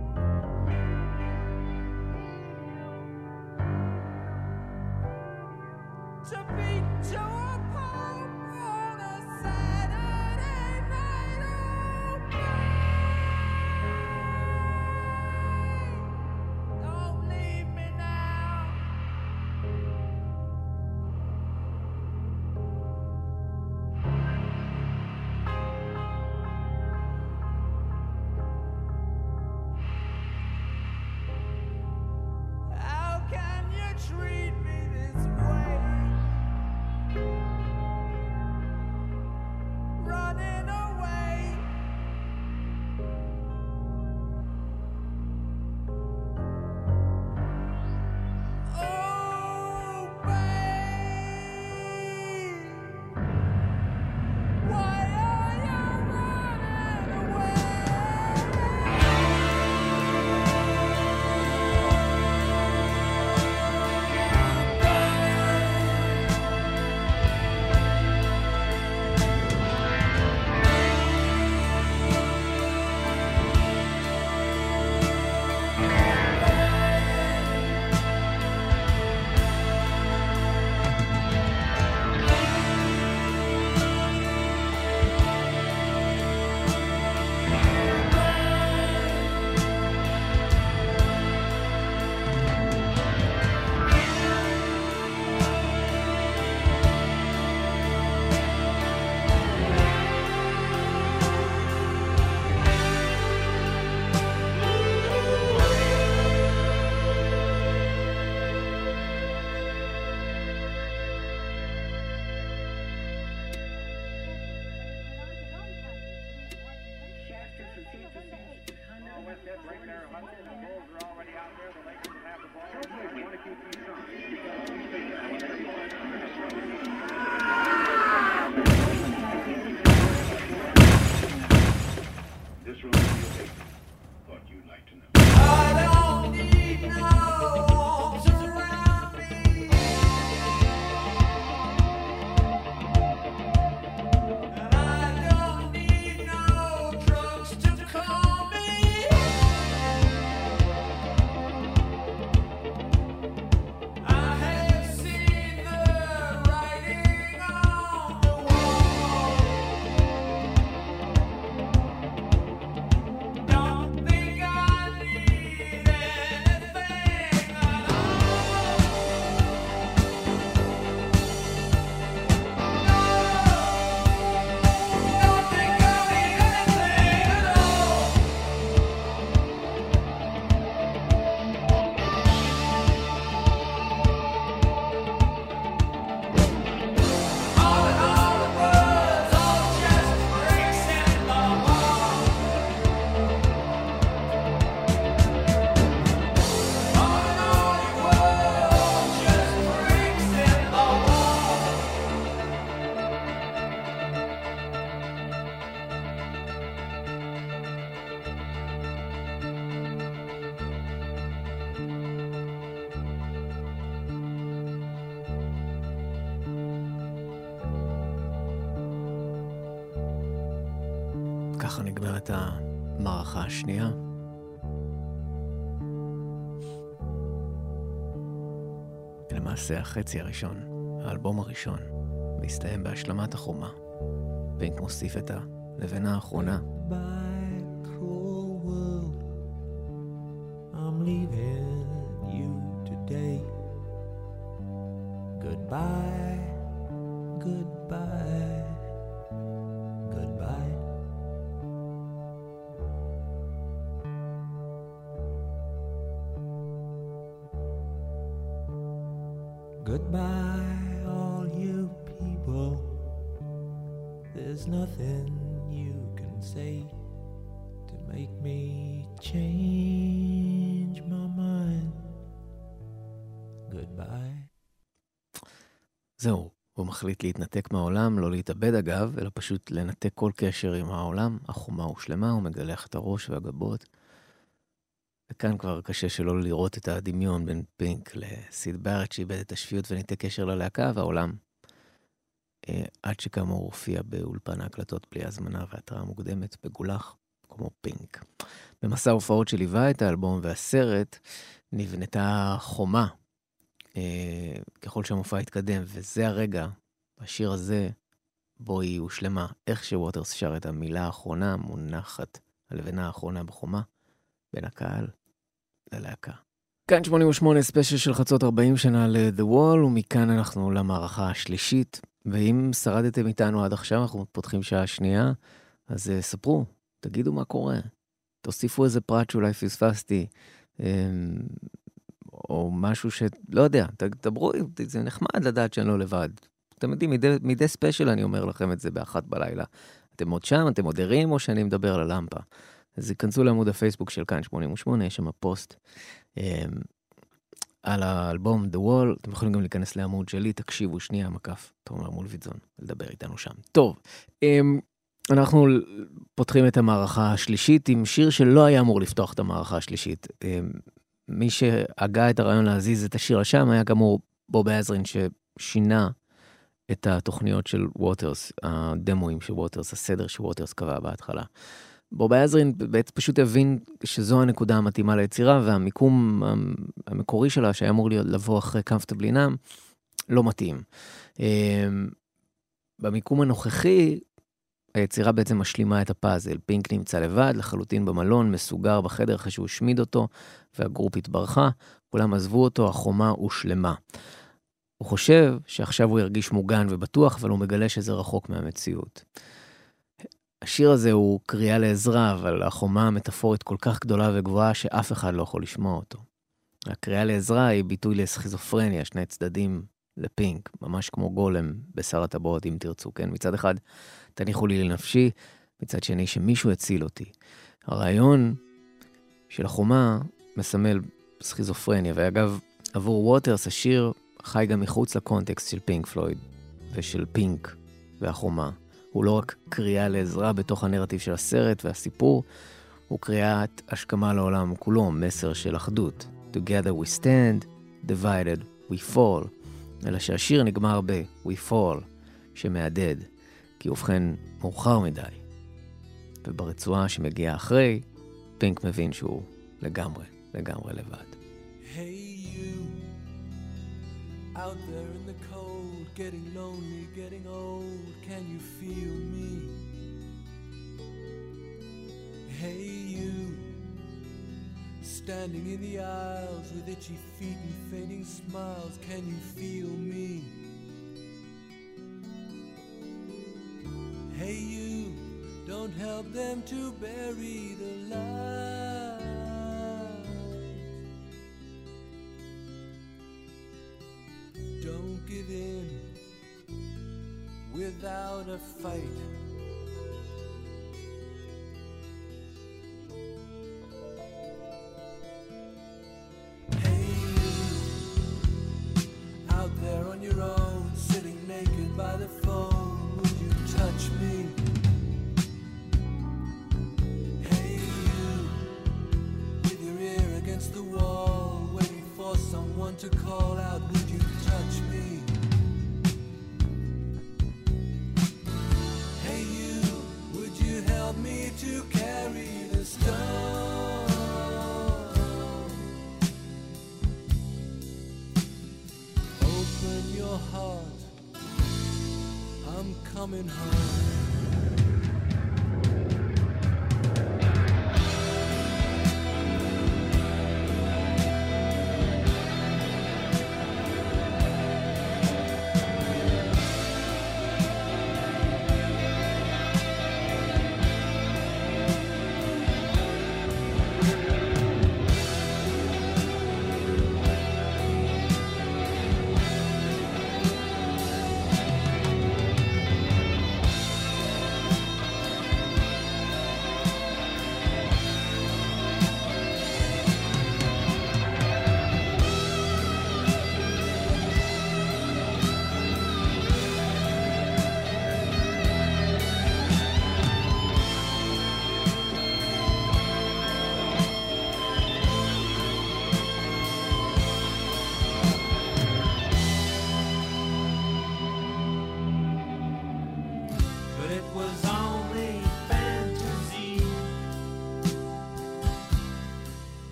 to beat to a pulp on a Saturday night. Oh, don't leave me now. How can you treat me this way? Running away. Oh, babe, why are you running away? This room is your paper. Thought you'd like to know. I don't need no arms around me. And I don't need no drugs to calm me. I have seen the writing on the wall. Don't think I need anything at all. No, don't think I need anything at all. All in all, it was all just bricks in the wall. All in all, it was just bricks in the wall. ככה נגמרת המערכה השנייה. למעשה החצי הראשון, האלבום הראשון, מסתיים בהשלמת החומה. פינק מוסיף את הלבנה האחרונה. Goodbye, cruel world. I'm leaving you today. Goodbye, goodbye, goodbye. Goodbye, all you people. There's nothing you can say to make me change my mind. Goodbye. זהו, הוא מחליט להתנתק מהעולם, לא להתאבד אגב, אלא פשוט לנתק כל קשר עם העולם. החומה הושלמה, הוא מגלח את הראש והגבות. וכאן כבר קשה שלא לראות את הדמיון בין פינק לסיד בארט שאיבד את השפיות וניתק קשר ללהקה, והעולם אה, עד שכאמור הופיע באולפן ההקלטות בלי הזמנה והתראה מוקדמת בגולח כמו פינק. במסע הופעות שליווה את האלבום והסרט נבנתה חומה אה, ככל שהמופע התקדם, וזה הרגע, השיר הזה בו היא הושלמה, איך שווטרס שר את המילה האחרונה מונחת, הלבנה האחרונה בחומה בין הקהל ללהקה. כאן שמונים ושמונה ספיישל של חצות ארבעים שנה ל-The Wall, ומכאן אנחנו למערכה השלישית, ואם שרדתם איתנו עד עכשיו, אנחנו פותחים שעה שנייה, אז uh, ספרו, תגידו מה קורה, תוסיפו איזה פרט שאולי פספסתי, um, או משהו שלא יודע, תדברו, זה נחמד לדעת שאני לא לבד. אתם יודעים, מדי, מדי ספיישל אני אומר לכם את זה באחת בלילה. אתם עוד שם, אתם עוד ערים, או שאני מדבר על הלמפה. אז יכנסו לעמוד הפייסבוק של כאן שמונים ושמונה, יש שם פוסט אה, על האלבום The Wall, אתם יכולים גם להיכנס לעמוד שלי, תקשיבו שנייה, מקף, תומר מולביטזון, לדבר איתנו שם. טוב, אה, אנחנו פותחים את המערכה השלישית עם שיר שלא היה אמור לפתוח את המערכה השלישית. אה, מי שהגה את הרעיון להזיז את השיר לשם היה כאמור בוב עזרין ששינה את התוכניות של ווטרס, הדמואים של ווטרס, הסדר שווטרס קבע בהתחלה. בוב עזרין בעצם פשוט הבין שזו הנקודה המתאימה ליצירה, והמיקום המקורי שלה, שהיה אמור לבוא אחרי Comfortably Numb, לא מתאים. במיקום הנוכחי, היצירה בעצם משלימה את הפאזל. פינק נמצא לבד, לחלוטין במלון, מסוגר בחדר אחרי שהוא השמיד אותו, והגרופ התברכה, כולם עזבו אותו, החומה הושלמה. הוא חושב שעכשיו הוא ירגיש מוגן ובטוח, אבל הוא מגלה שזה רחוק מהמציאות. השיר הזה הוא קריאה לעזרה, אבל החומה המטאפורית כל כך גדולה וגבוהה שאף אחד לא יכול לשמוע אותו. הקריאה לעזרה היא ביטוי לסכיזופרניה, שני צדדים לפינק, ממש כמו גולם בשר הטבעות אם תרצו, כן? מצד אחד תניחו לי לנפשי, מצד שני שמישהו יציל אותי. הרעיון של החומה מסמל סכיזופרניה, ואגב עבור ווטרס השיר חי גם מחוץ לקונטקסט של פינק פלויד ושל פינק והחומה. הוא לא רק קריאה לעזרה בתוך הנרטיב של הסרט והסיפור, הוא קריאת השכמה לעולם כולו, מסר של אחדות. Together we stand, divided we fall. אלא שהשיר נגמר ב- we fall, שמעדד, כי ובכן מאוחר מדי. וברצועה שמגיעה אחרי, פינק מבין שהוא לגמרי, לגמרי לבד. Hey you, out there in the cold, getting lonely, getting old, can you feel me? Hey you, standing in the aisles with itchy feet and fading smiles, can you feel me? Hey you, don't help them to bury the light. Don't give in without a fight. Hey you, out there on your own, sitting naked by the phone, would you touch me? Hey you, with your ear against the wall, waiting for someone to call out, would you touch me? Hey you, would you help me to carry the stone? Open your heart, I'm coming home.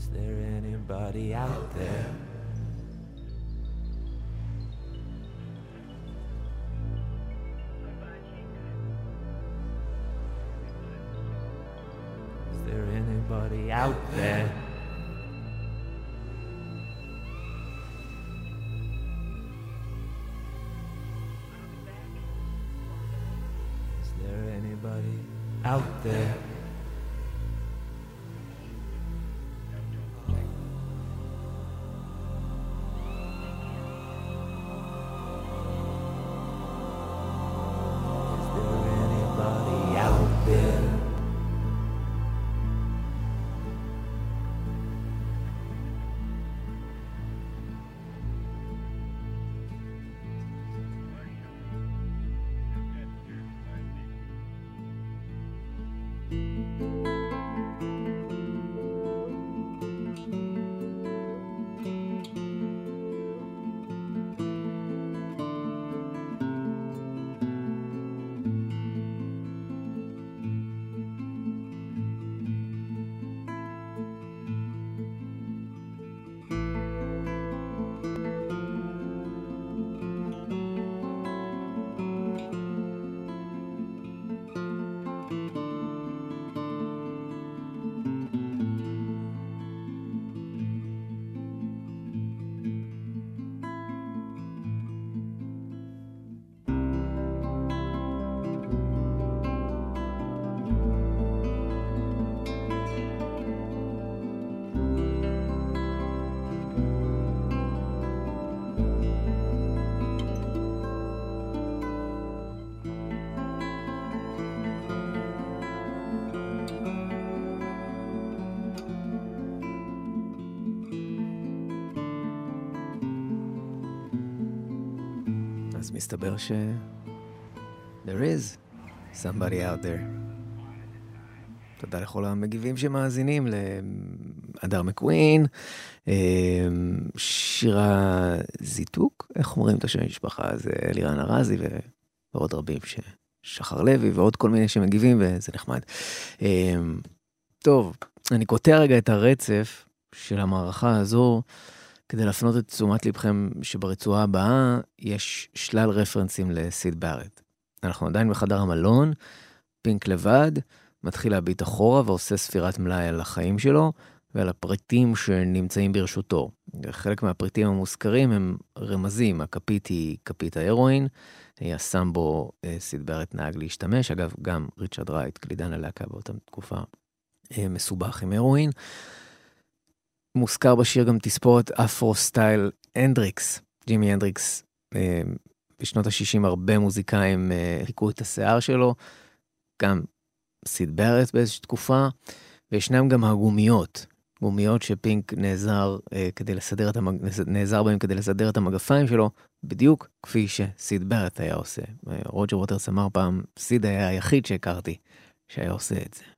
Is there anybody out there? Is there anybody out there? Is there anybody out there? Is there anybody out there? אז מסתבר ש... There is somebody out there. תודה לכל המגיבים שמאזינים לאדר מקווין, שירה זיתוק, איך אומרים את השם המשפחה? זה אלירן ארזי ועוד רבים, שחר לוי ועוד כל מיני שמגיבים, וזה נחמד. טוב, אני קוטע רגע את הרצף של המערכה הזו, כדי להפנות את תשומת לבכם שברצועה הבאה יש שלל רפרנסים לסיד בארט. אנחנו עדיין בחדר המלון, פינק לבד, מתחיל להביט אחורה ועושה ספירת מלאי על החיים שלו ועל הפריטים שנמצאים ברשותו. חלק מהפריטים המוזכרים הם רמזים, הכפית היא כפית ההרואין, הסם בו סיד בארט נהג להשתמש, אגב גם ריצ'רד רייט, קלידן הלהקה באותה תקופה, מסובך עם הרואין. מוזכר בשיר גם תספורת אפרו סטייל הנדריקס. ג'ימי הנדריקס, אה, בשנות ה-שישים הרבה מוזיקאים אה, חיקו את השיער שלו, גם סיד בארט באיזושהי תקופה, וישנם גם הגומיות, גומיות שפינק נעזר, אה, כדי לסדר את המג... נעזר בהם כדי לסדר את המגפיים שלו, בדיוק כפי שסיד בארט היה עושה. רוג'ר ווטרס אמר פעם, סיד היה היחיד שהכרתי שהיה עושה את זה.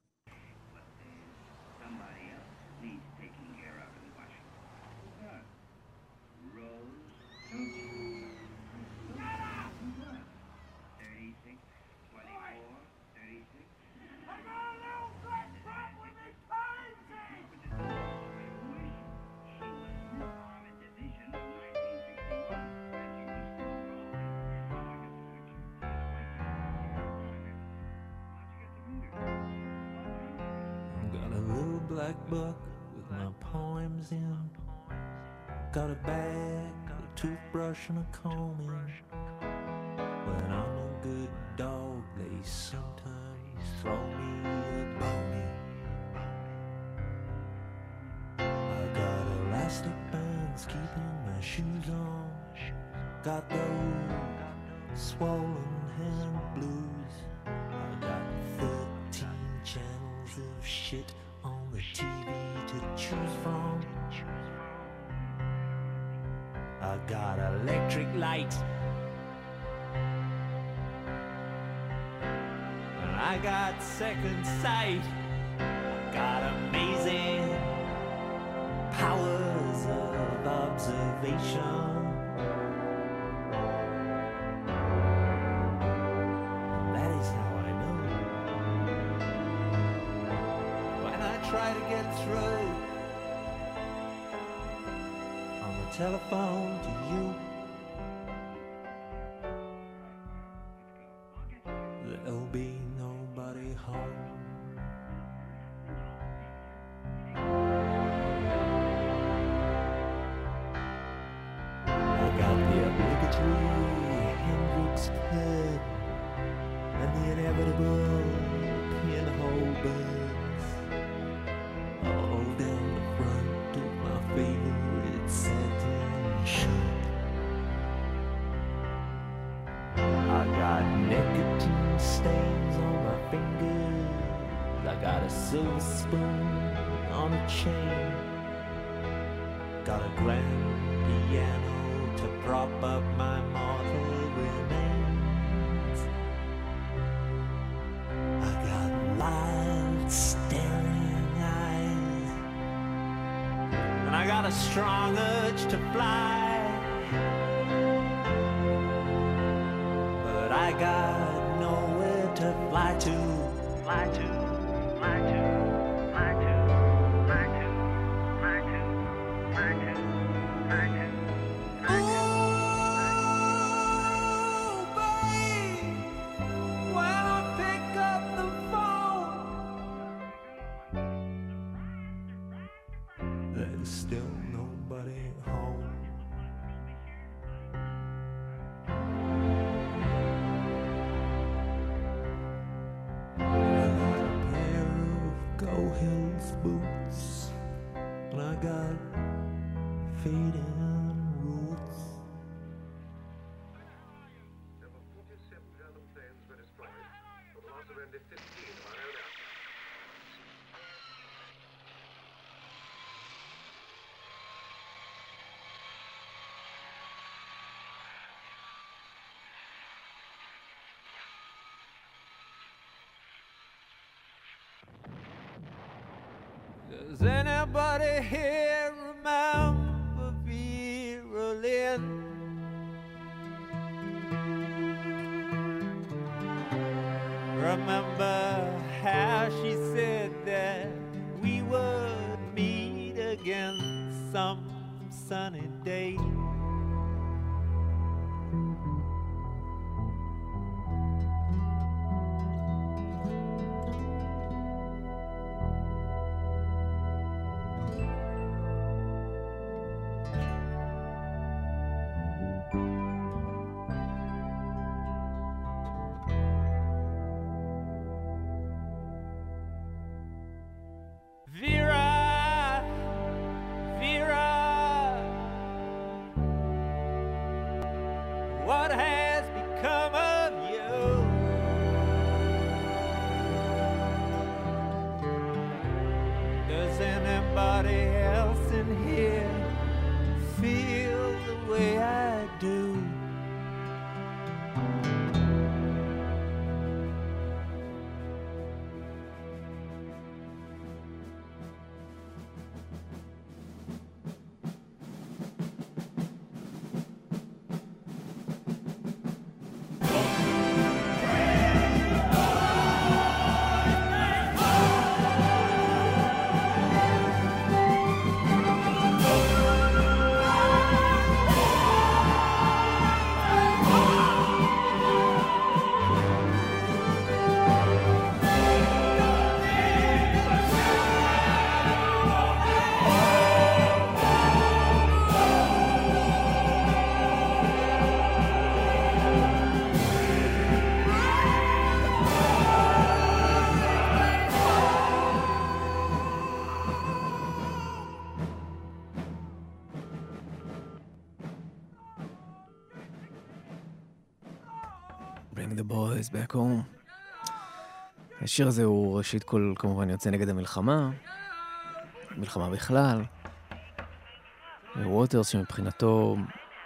Black book with my poems in. Got a bag, a toothbrush and a comb in. When I'm a good dog, they sometimes throw me a bone. I got elastic bands keeping my shoes on. Got those swollen hand blues. I got thirteen channels of shit on the T V to choose from. I got electric light, and I got second sight. I got amazing powers of observation. That is how I know. When I try to get through telephone to you. There'll be nobody home. I got the obligatory Hendrix pen and the inevitable pinhole buns all down the front of my favorite satin shirt. I got nicotine stains on my fingers. I got a silver spoon on a chain. Got a grand piano to prop up my mortal remains. I got wild staring eyes, and I got a strong urge to fly. But I got nowhere to fly to, fly to, fly to, fly to, fly to, fly to, fly to, fly to. Oh, babe, when I pick up the phone, there's still nobody home. Go Hills boots, and I got fading roots. forty-seven German planes were destroyed, for the loss of only fifteen of our own aircraft. Does anybody here remember Vera Lynn? Remember how she said that we would meet again some sunny day? Vera, Vera, what has become of you? Does anybody else in here feel the way I do? Bring the boys back home. השיר הזה הוא ראשית כל כמובן יוצא נגד המלחמה, מלחמה בכלל. ווטרס שמבחינתו,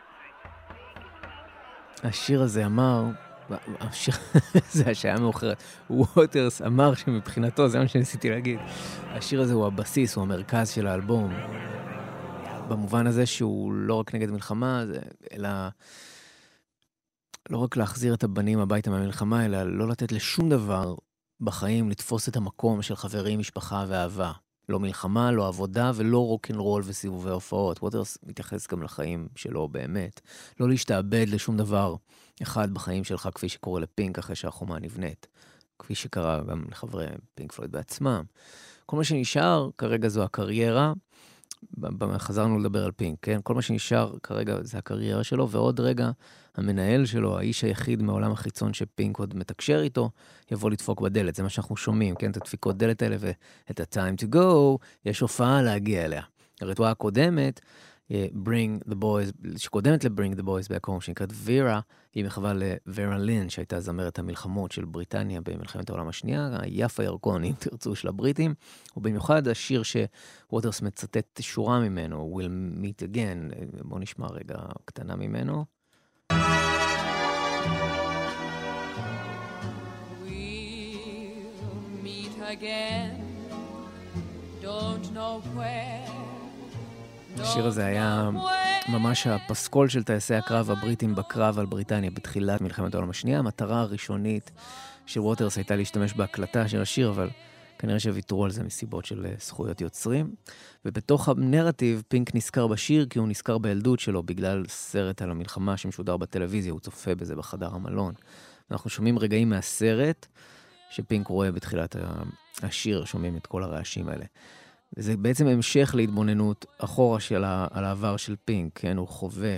השיר הזה אמר, השיר הזה השעה מאוחרת, ווטרס אמר שמבחינתו, זה מה שניסיתי להגיד, השיר הזה הוא הבסיס, הוא המרכז של האלבום. במובן הזה שהוא לא רק נגד מלחמה, אלא לא רק להחזיר את הבנים הביתה מהמלחמה, אלא לא לתת לשום דבר בחיים לתפוס את המקום של חברים, משפחה ואהבה. לא מלחמה, לא עבודה ולא רוק'נ'רול וסיבובי הופעות. ווטרס מתייחס גם לחיים שלו באמת. לא להשתעבד לשום דבר אחד בחיים שלך, כפי שקורה לפינק אחרי שהחומה נבנית. כפי שקרה גם לחברי פינק פלויד בעצמם. כל מה שנשאר כרגע זו הקריירה, חזרנו לדבר על פינק, כן? כל מה שנשאר כרגע זה הקריירה שלו, ועוד רגע המנהל שלו, האיש היחיד מעולם החיצון שפינק עוד מתקשר איתו, יבוא לדפוק בדלת. זה מה שאנחנו שומעים, כן? את הדפיקות דלת האלה ואת ה-time to go, יש הופעה להגיע אליה. הרצועה הקודמת, Bring the Boys, שקודמת ל-Bring the Boys back home, שנקראת וירה, היא מחווה לוורה לין, שהייתה זמרת המלחמות של בריטניה במלחמת העולם השנייה, היפה ירקון, אם תרצו, של הבריטים, ובמיוחד השיר שווטרס מצטט שורה ממנו, We'll Meet Again, בואו נשמע רגע קטנה ממנו. We'll meet again, don't know where. השיר הזה היה ממש הפסקול של טייסי הקרב הבריטים בקרב על בריטניה בתחילת מלחמת העולם השנייה. המטרה הראשונית של ווטרס הייתה להשתמש בהקלטה של השיר, אבל כנראה שוויתרו על זה מסיבות של זכויות יוצרים. ובתוך הנרטיב פינק נזכר בשיר כי הוא נזכר בילדות שלו בגלל סרט על המלחמה שמשודר בטלוויזיה, הוא צופה בזה בחדר המלון. אנחנו שומעים רגעים מהסרט שפינק רואה בתחילת השיר, שומעים את כל הרעשים האלה. וזה בעצם המשך להתבוננות אחורה של ה, על העבר של פינק, כן? הוא חווה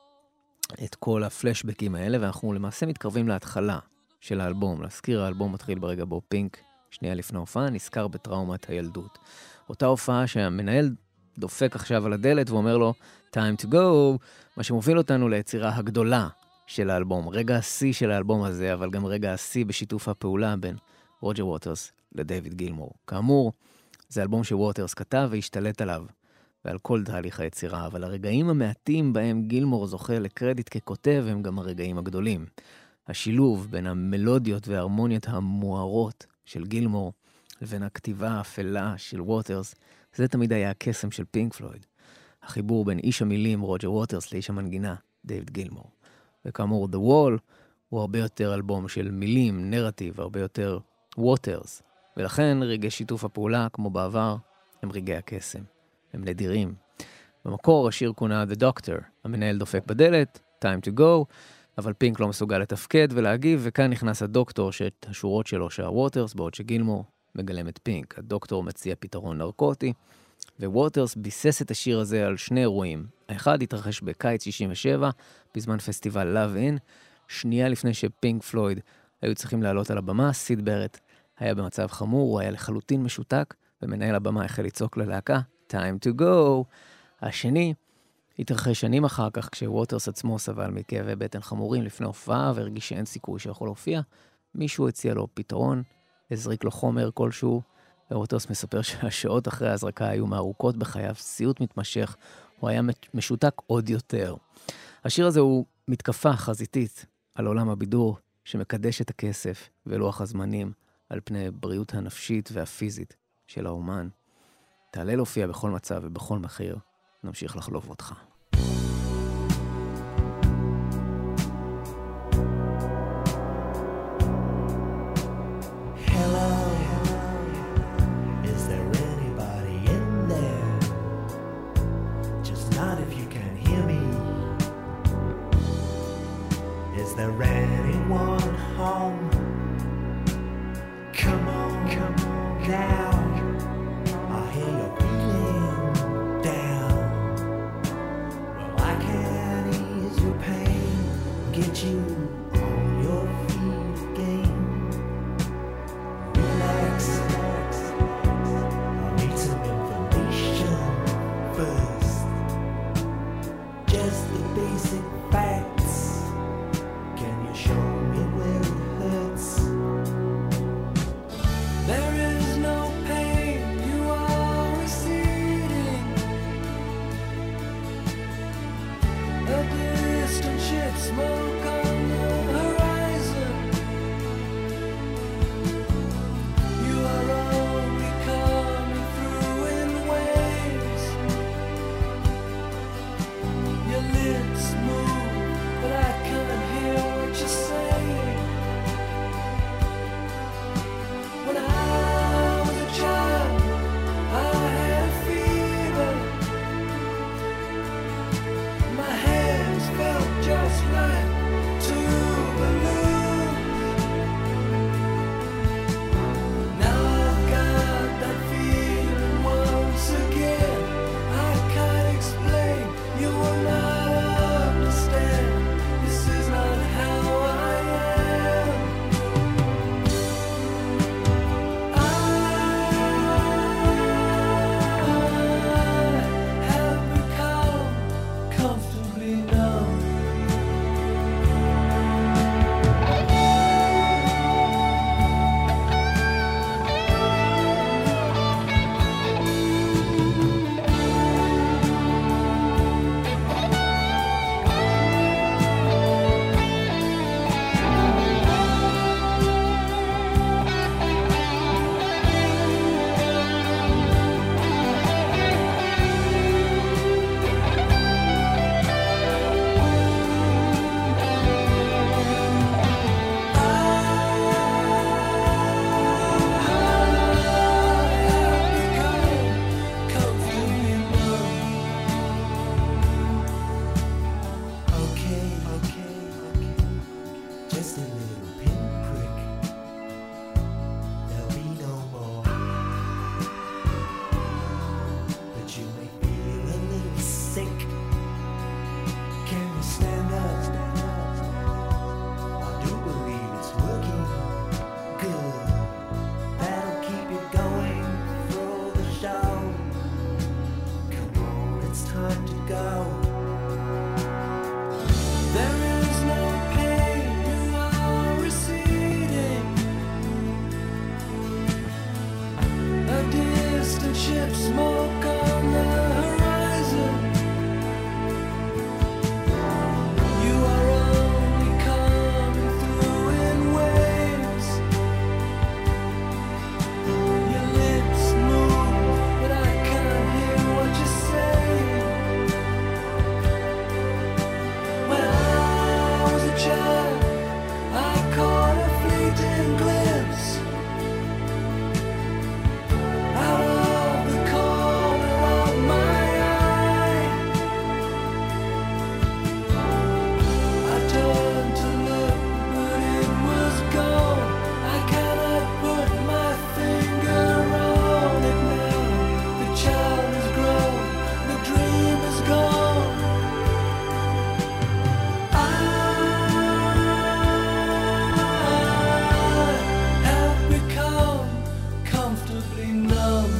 את כל הפלשבקים האלה, ואנחנו למעשה מתקרבים להתחלה של האלבום. להזכיר, האלבום מתחיל ברגע בו פינק, שנייה לפני הופעה, נזכר בטראומת הילדות. אותה הופעה שהמנהל דופק עכשיו על הדלת ואומר לו, time to go, מה שמוביל אותנו ליצירה הגדולה של האלבום. רגע השיא של האלבום הזה, אבל גם רגע השיא בשיתוף הפעולה בין רוג'ר ווטרס לדייוויד גילמור. כאמור, זה אלבום שווטרס כתב והשתלט עליו, ועל כל תהליך היצירה, אבל הרגעים המעטים בהם גילמור זוכה לקרדיט ככותב הם גם הרגעים הגדולים. השילוב בין המלודיות וההרמוניות המוארות של גילמור לבין הכתיבה האפלה של ווטרס, זה תמיד היה הקסם של פינק פלויד. החיבור בין איש המילים רוג'ר ווטרס לאיש המנגינה דיוויד גילמור. וכאמור, The Wall הוא הרבה יותר אלבום של מילים, נרטיב, הרבה יותר ווטרס. ולכן רגעי שיתוף הפעולה, כמו בעבר, הם רגעי הקסם. הם נדירים. במקור השיר כונה The Doctor, המנהל דופק בדלת, time to go, אבל פינק לא מסוגל לתפקד ולהגיב, וכאן נכנס הדוקטור שאת השורות שלו שר ווטרס, בעוד שגילמור מגלם את פינק. הדוקטור מציע פתרון נרקוטי, וווטרס ביסס את השיר הזה על שני אירועים. האחד התרחש בקיץ שישים ושבע, בזמן פסטיבל Love In, שנייה לפני שפינק פלויד היו צריכים לעלות על הבמה, סיד ברט היה במצב חמור, הוא היה לחלוטין משותק, ומנהל הבמה החל לצעוק ללהקה, time to go. השני התרחש שנים אחר כך, כשווטרס עצמו סבל מכאבי בטן חמורים לפני הופעה, והרגיש שאין סיכוי שיכול להופיע. מישהו הציע לו פתרון, הזריק לו חומר כלשהו, וווטרס מספר שהשעות אחרי ההזרקה היו מארוכות בחייו, סיוט מתמשך, הוא היה משותק עוד יותר. השיר הזה הוא מתקפה חזיתית על עולם הבידור, שמקדש את הכסף ולוח הזמנים, על פני בריאות הנפשית והפיזית של האומן. תעלה להופיע בכל מצב ובכל מחיר, נמשיך לחלוב אותך. Hello, is there anybody in there? Just not if you can hear me. Is there anyone home? Come on, come on now. I hear you're feeling down. Well, I can ease your pain, get you on your feet again. Relax, relax. I need some information first. Just the basic facts. Can you show me where it hurts? There is no pain, you are receding. A distant ship, smoke on the horizon. You are only coming through in waves. Your lips move, but I can't hear what you're saying. When I was a child, I stand up, stand up. I do believe it's working good. That'll keep you going for the show. Come on, it's time to go. There is no pain, you are receding. A distant ship, smoke on the horizon. You are only coming through in waves. Your lips move, but I can't hear what you're saying. When I was a child, I caught a fleeting glimpse out of the corner of my eye. I turned to look, but it was gone. I cannot put my finger on it now. The child is grown, the dream is gone. I have become comfortably numb.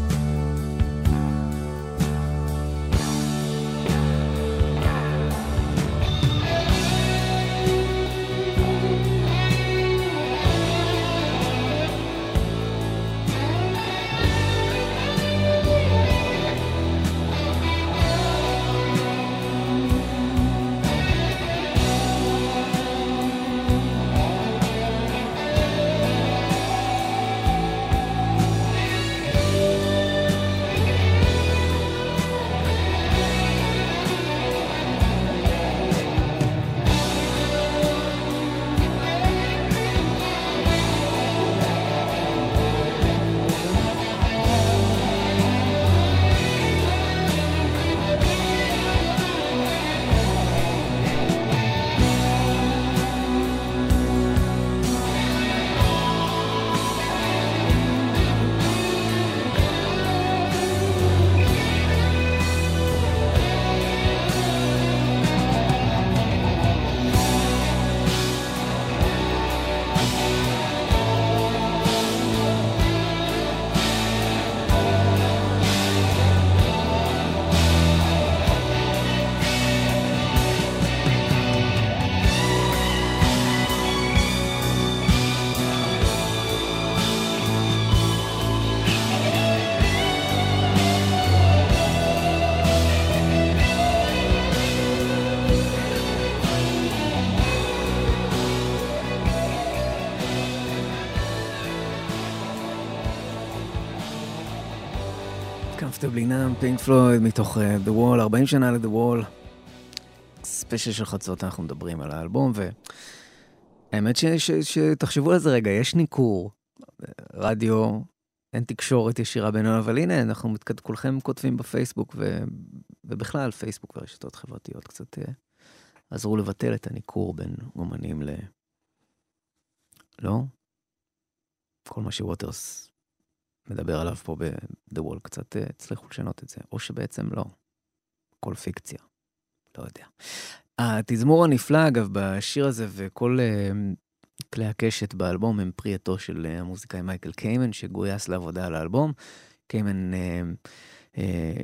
Comfortably Numb, פינק פלויד, מתוך uh, The Wall, ארבעים שנה ל-The Wall. ספיישל של חצות, אנחנו מדברים על האלבום, והאמת ש- ש- שתחשבו על זה רגע, יש ניכור, רדיו, אין תקשורת ישירה בינינו, אבל הנה, אנחנו מתקד, כולכם כותבים בפייסבוק, ו- ובכלל, פייסבוק ורשתות חברתיות קצת uh, עזרו לבטל את הניכור בין אומנים ל... לא? כל מה שווטרס מדבר עליו פה ב-The Wall, קצת הצליחו לשנות את זה, או שבעצם לא. כל פיקציה. לא יודע. התזמור הנפלא, אגב, בשיר הזה, וכל uh, כלי הקשת באלבום, הם פרייתו של uh, המוזיקאי מייקל קיימן, שגויס לעבודה על האלבום. קיימן uh, uh,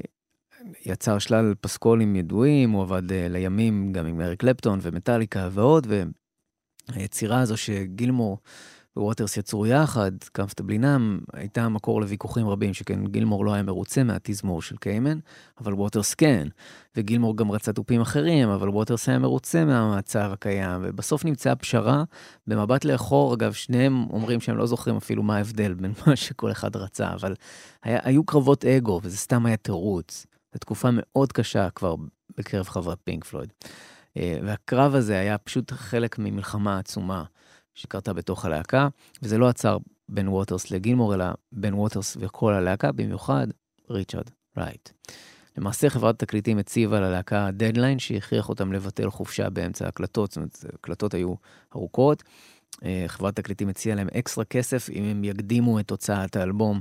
יצר שלל פסקולים ידועים, הוא עבד uh, לימים גם עם אריק קלפטון ומטליקה ועוד, והיצירה הזו שגילמור וווטרס יצרו יחד, Comfortably Numb, הייתה מקור לוויכוחים רבים, שכן גילמור לא היה מרוצה מהתזמור של קיימן, אבל ווטרס כן, וגילמור גם רצה טופים אחרים, אבל ווטרס היה מרוצה מהמצב הקיים, ובסוף נמצאה פשרה, במבט לאחור, אגב, שניהם אומרים שהם לא זוכרים אפילו מה ההבדל בין מה שכל אחד רצה, אבל היה, היו קרבות אגו, וזה סתם היה תירוץ. זו תקופה מאוד קשה כבר בקרב חברי פינק פלויד. והקרב הזה היה פשוט חלק ממלחמה עצומה, שקרתה בתוך הלהקה, וזה לא עצר בין ווטרס לגילמור, אלא בין ווטרס וכל הלהקה, במיוחד ריצ'רד רייט. למעשה חברת תקליטים הציבה ללהקה דדליין, שהכריח אותם לבטל חופשה באמצע הקלטות, זאת אומרת, הקלטות היו ארוכות, חברת תקליטים הציעה להם אקסטרה כסף, אם הם יקדימו את הוצאת האלבום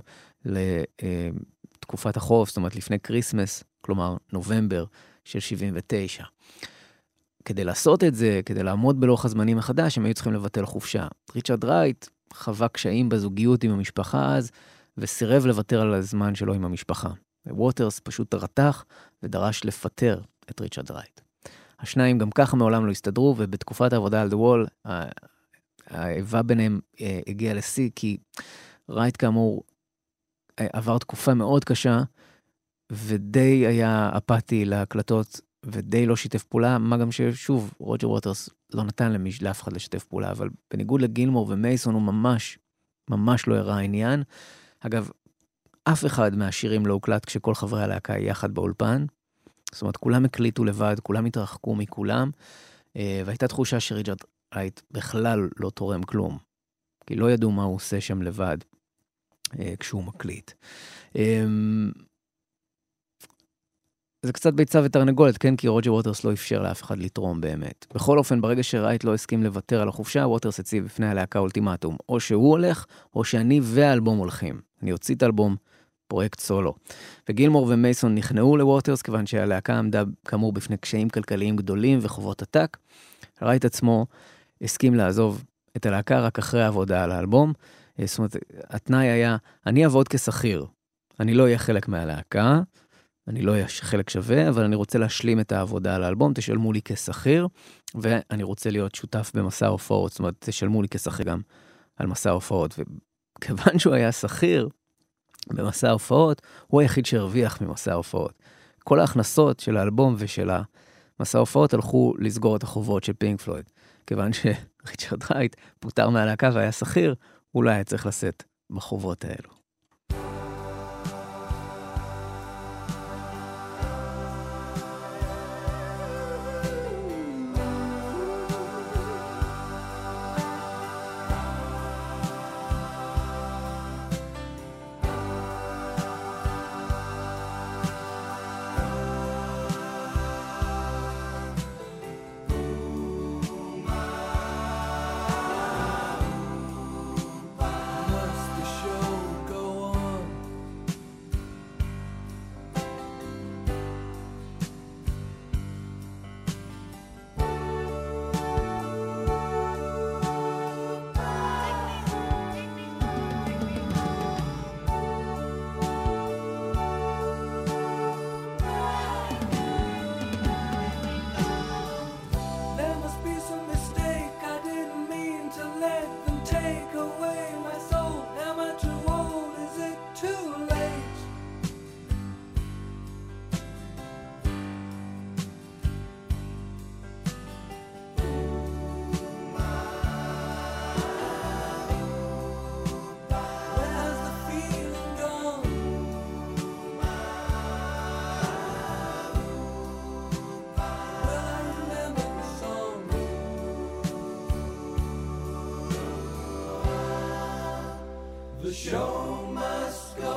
לתקופת החורף, זאת אומרת לפני קריסמס, כלומר נובמבר של שבעים ותשע. כדי לעשות את זה, כדי לעמוד בלוח הזמנים מחדש, הם היו צריכים לבטל חופשה. ריצ'רד רייט חווה קשיים בזוגיות עם המשפחה אז, וסירב לוותר על הזמן שלו עם המשפחה. ווטרס פשוט רתח ודרש לפטר את ריצ'רד רייט. השניים גם ככה מעולם לא הסתדרו, ובתקופת העבודה על The Wall, האיבה ביניהם הגיעה לשיא, כי רייט כאמור עבר תקופה מאוד קשה, ודי היה אפאתי להקלטות, ודי לא שיתף פעולה, מה גם ששוב, רוג'ר ווטרס לא נתן למיש, לאף אחד לשתף פעולה, אבל בניגוד לגילמור ומייסון, הוא ממש, ממש לא הראה עניין. אגב, אף אחד מהשירים לא הוקלט כשכל חברי הלהקה יחד באולפן, זאת אומרת, כולם הקליטו לבד, כולם התרחקו מכולם, והייתה תחושה שריצ'רד רייט בכלל לא תורם כלום, כי לא ידעו מה הוא עושה שם לבד, כשהוא מקליט. זה קצת ביצה ותרנגולת, כן? כי רוג'ר ווטרס לא אפשר לאף אחד לתרום באמת. בכל אופן, ברגע שרייט לא הסכים לוותר על החופשה, ווטרס הציב בפני הלהקה אולטימטום. או שהוא הולך, או שאני והאלבום הולכים. אני הוציא את האלבום, פרויקט סולו. וגילמור ומייסון נכנעו לווטרס, כיוון שהלהקה עמדה כאמור בפני קשיים כלכליים גדולים וחובות עתק. רייט עצמו הסכים לעזוב את הלהקה רק אחרי העבודה על האלבום. זאת אומרת, התנאי היה, אני אעבוד כשכיר. אני לא אהיה חלק מהלהקה. אני לא אהיה חלק שווה, אבל אני רוצה להשלים את העבודה על האלבום, תשלמו לי כשכיר, ואני רוצה להיות שותף במסע ההופעות, זאת אומרת, תשלמו לי כשכיר גם על מסע ההופעות, וכיוון שהוא היה שכיר במסע ההופעות, הוא היחיד שהרוויח ממסע ההופעות. כל ההכנסות של האלבום ושל המסע ההופעות הלכו לסגור את החובות של פינק פלויד, כיוון שריצ'רד רייט פוטר מהלהקה והיה שכיר, הוא לא היה צריך לשאת בחובות האלו. The show must go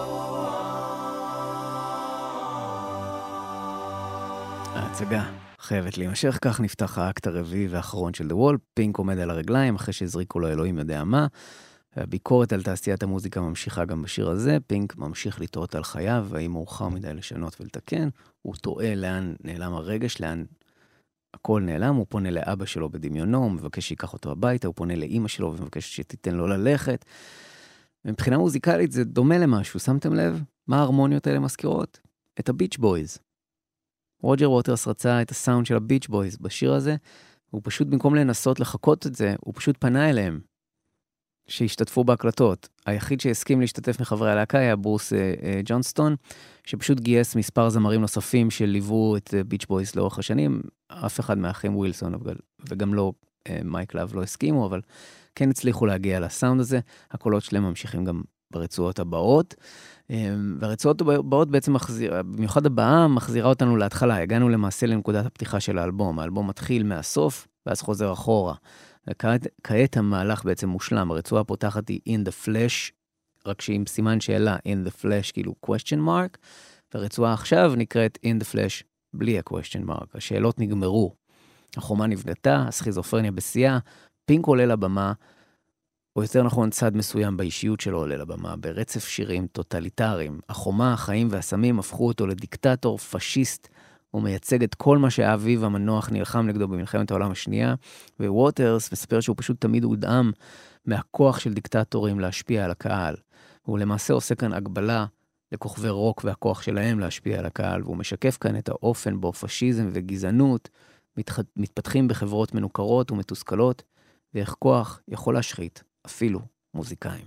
on. ההצגה חייבת להימשך, כך נפתח האקט הרביעי והאחרון של The Wall. פינק עומד על הרגליים אחרי שהזריקו לו אלוהים יודע מה. הביקורת על תעשיית המוזיקה ממשיכה גם בשיר הזה. פינק ממשיך לטעות על חייו, והאם מאוחר מדי לשנות ולתקן. הוא טועה לאן נעלם הרגש, לאן הכל נעלם. הוא פונה לאבא שלו בדמיונו, הוא מבקש שיקח אותו הביתה, הוא פונה לאמא שלו ומבקש שתיתן לו ללכת. מבחינה מוזיקלית זה דומה למשהו, שמתם לב? מה ההרמוניות האלה מזכירות? את הביץ' בויז. רוג'ר ווטרס רצה את הסאונד של הביץ' בויז בשיר הזה, הוא פשוט במקום לנסות לחכות את זה, הוא פשוט פנה אליהם, שהשתתפו בהקלטות. היחיד שהסכים להשתתף מחברי הלהקה היה ברוס אה, אה, ג'ונסטון, שפשוט גייס מספר זמרים נוספים שליוו את אה, ביץ' בויז לאורך השנים, אף אחד מהאחים ווילסון, אבל, וגם לא אה, מייק לאב לא הסכימו, אבל כן הצליחו להגיע לסאונד הזה. הקולות שלהם ממשיכים גם ברצועות הבאות, והרצועות הבאות בעצם מחזירה, במיוחד הבאה, מחזירה אותנו להתחלה. הגענו למעשה לנקודת הפתיחה של האלבום. האלבום מתחיל מהסוף, ואז חוזר אחורה. וכעת, כעת המהלך בעצם מושלם. הרצועה פותחת היא In the Flesh, רק שהיא עם סימן שאלה, In the Flesh, כאילו question mark, והרצועה עכשיו נקראת In the Flesh, בלי ה-question mark. השאלות נגמרו. החומה נבנתה, הסכיזופרניה בשיאה, פינק עולה לבמה, או יותר נכון צד מסוים באישיות שלו עולה לבמה, ברצף שירים טוטליטריים. החומה, החיים והסמים הפכו אותו לדיקטטור, פשיסט הוא מייצג את כל מה שאביו המנוח נלחם נגדו במלחמת העולם השנייה, וווטרס מספר שהוא פשוט תמיד הודעם מהכוח של דיקטטורים להשפיע על הקהל. הוא למעשה עושה כאן הגבלה לכוכבי רוק והכוח שלהם להשפיע על הקהל, והוא משקף כאן את האופן בו פשיזם וגזענות מתח... מתפתחים בחברות מנוכרות ומתוסכלות, ואיך כוח יכול להשחית אפילו מוזיקאים.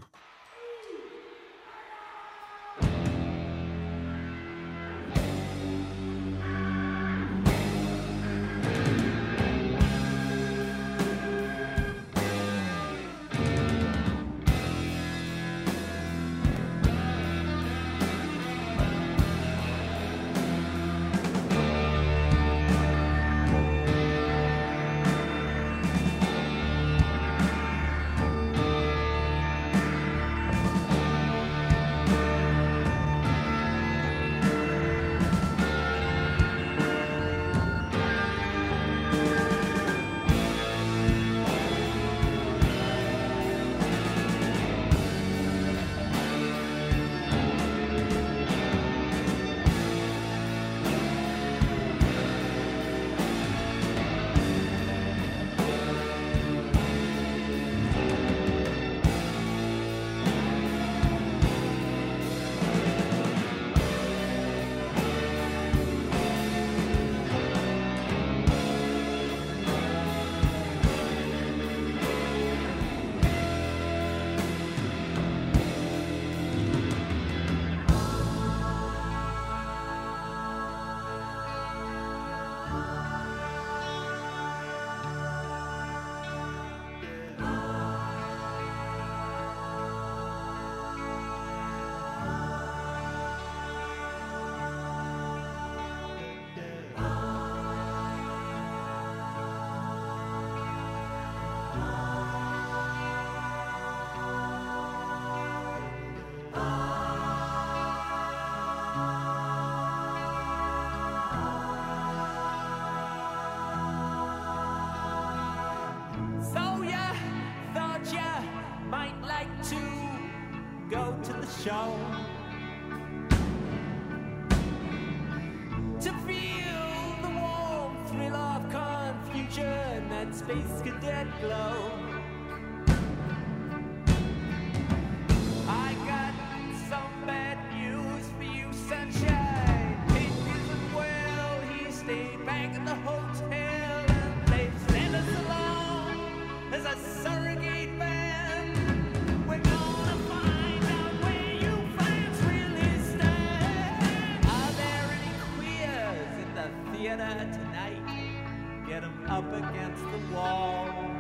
Show to feel the warm thrill of confusion, that space cadet glow. I got some bad news for you, sunshine. It isn't well. He stayed back at the hotel and they sent us along as a surrogate band. We're gonna find out where you fans really stand. Are there any queers in the theater tonight? Get them up against the wall.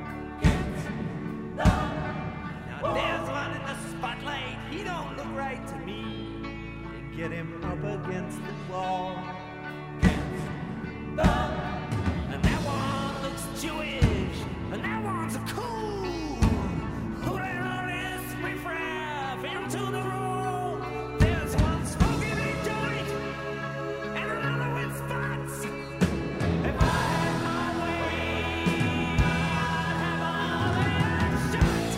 Now there's one in the spotlight. He don't look right to me. Get him up against the wall. And that one looks Jewish. And that one's a cool. Who the hell is riffraff into the room? There's one smoking a joint and another with spots. If I had my way, I'd have all that shot.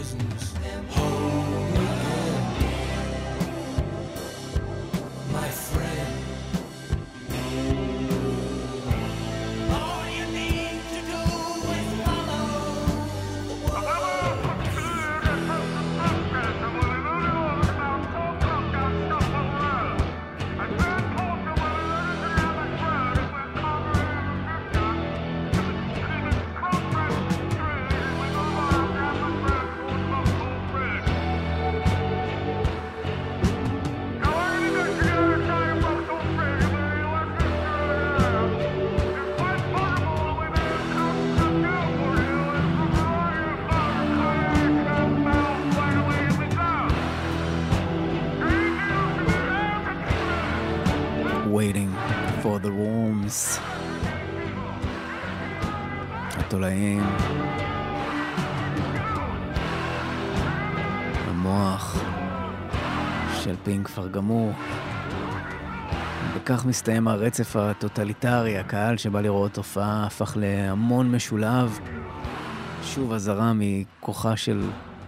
prisons whole again. My friend, all you need to do is follow the Waiting for the worms. התולעים. המוח של פינק כבר גמור. וכך מסתיים הרצף הטוטליטרי. הקהל שבא לראות תופעה הפך להמון משולב. שוב הזרה מכוחה של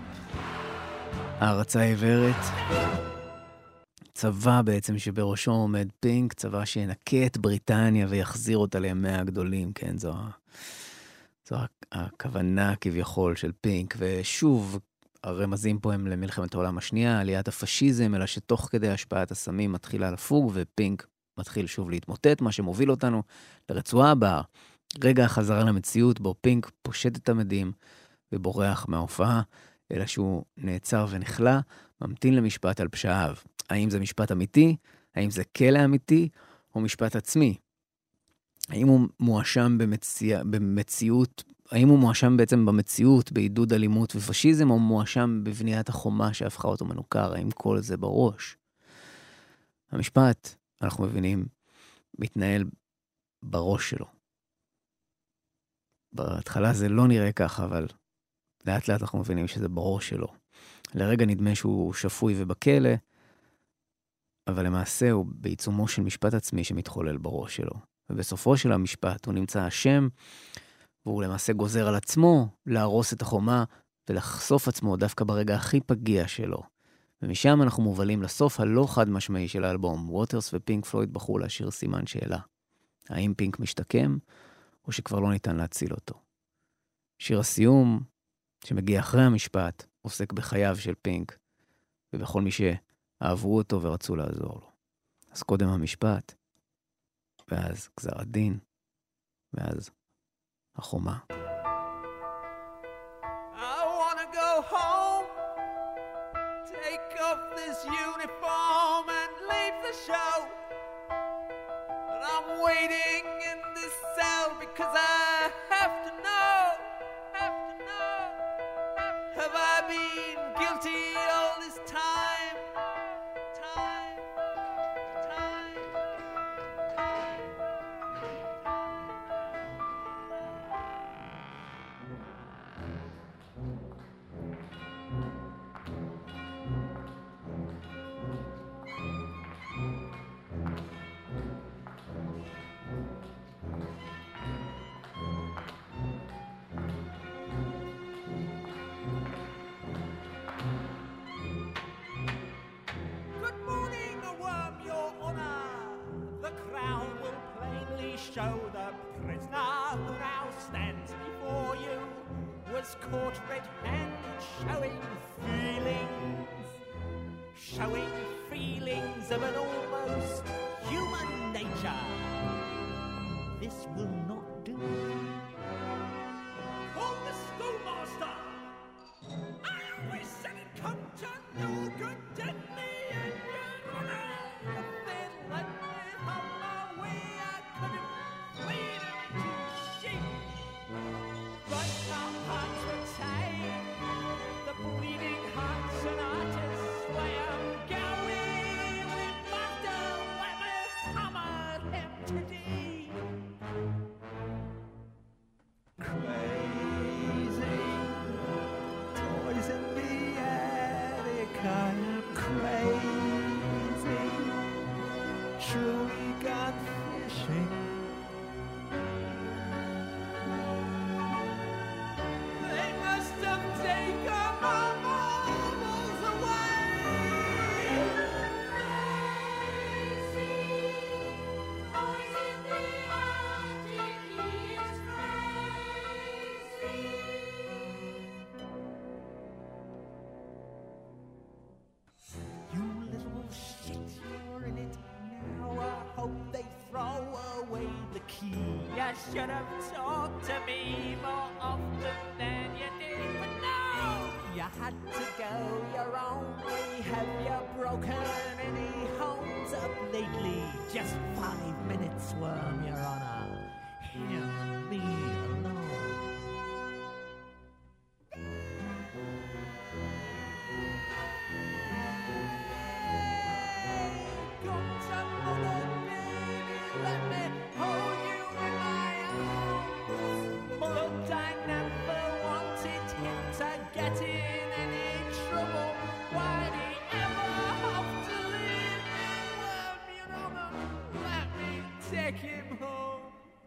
הערצה עיוורת. צבא בעצם שבראשו עומד פינק, צבא שינקה את בריטניה ויחזיר אותה לימיה הגדולים, כן, זו, זו הכוונה כביכול של פינק, ושוב, הרמזים פה הם למלחמת העולם השנייה, עליית הפשיזם, אלא שתוך כדי השפעת הסמים מתחילה לפוג, ופינק מתחיל שוב להתמוטט, מה שמוביל אותנו לרצועה הבאה, רגע החזרה למציאות, בו פינק פושט את המדים ובורח מההופעה, אלא שהוא נעצר ונחלה, ממתין למשפט על פשעיו. האם זה משפט אמיתי? האם זה כלא אמיתי? או משפט עצמי? האם הוא מואשם במציא... במציאות, האם הוא מואשם בעצם במציאות, בעידוד אלימות ופשיזם, או מואשם בבניית החומה שהפכה אותו מנוכר? האם כל זה בראש? המשפט, אנחנו מבינים, מתנהל בראש שלו. בהתחלה זה לא נראה ככה, אבל לאט לאט אנחנו מבינים שזה בראש שלו. לרגע נדמה שהוא שפוי ובכלא, אבל למעשה הוא בעיצומו של משפט עצמי שמתחולל בראש שלו. ובסופו של המשפט הוא נמצא אשם, והוא למעשה גוזר על עצמו להרוס את החומה ולחשוף עצמו דווקא ברגע הכי פגיע שלו. ומשם אנחנו מובלים לסוף הלא חד משמעי של האלבום. ווטרס ופינק פלויד בחרו להשאיר סימן שאלה. האם פינק משתקם, או שכבר לא ניתן להציל אותו? שיר הסיום, שמגיע אחרי המשפט, עוסק בחייו של פינק, ובכל מי שאהבו אותו ורצו לעזור לו. אז קודם המשפט, ואז גזר הדין, ואז החומה. I wanna go home, take off this uniform and leave the show. But I'm waiting in this cell because I have to know, have to know. Have I been guilty all this time? Time, time, time. Good morning, worm, your honor. The crown will plainly show the prisoner who now stands before you was caught red-handed, showing feelings, showing feelings of an almost human nature. This will not do. Call the schoolmaster. I always said it come to no good, did me and your honor. If they'd let me have my way, I could have played it to sheep. But our hearts were tied, the bleeding hearts and artists lay them going. We must have let me hammer him today. Crazy, toys in the attic, I am crazy, truly gone fishing. They must have taken my should have talked to me more often than you did, but no! You had to go your own way. Have you broken any homes up lately? Just five minutes, Worm, Your Honor. Him and me alone. Come to mother, baby, let me hold you in my arms. But I never wanted him to get in any trouble. Why'd he ever have to leave me? Worm, Your Honor, let me take him home.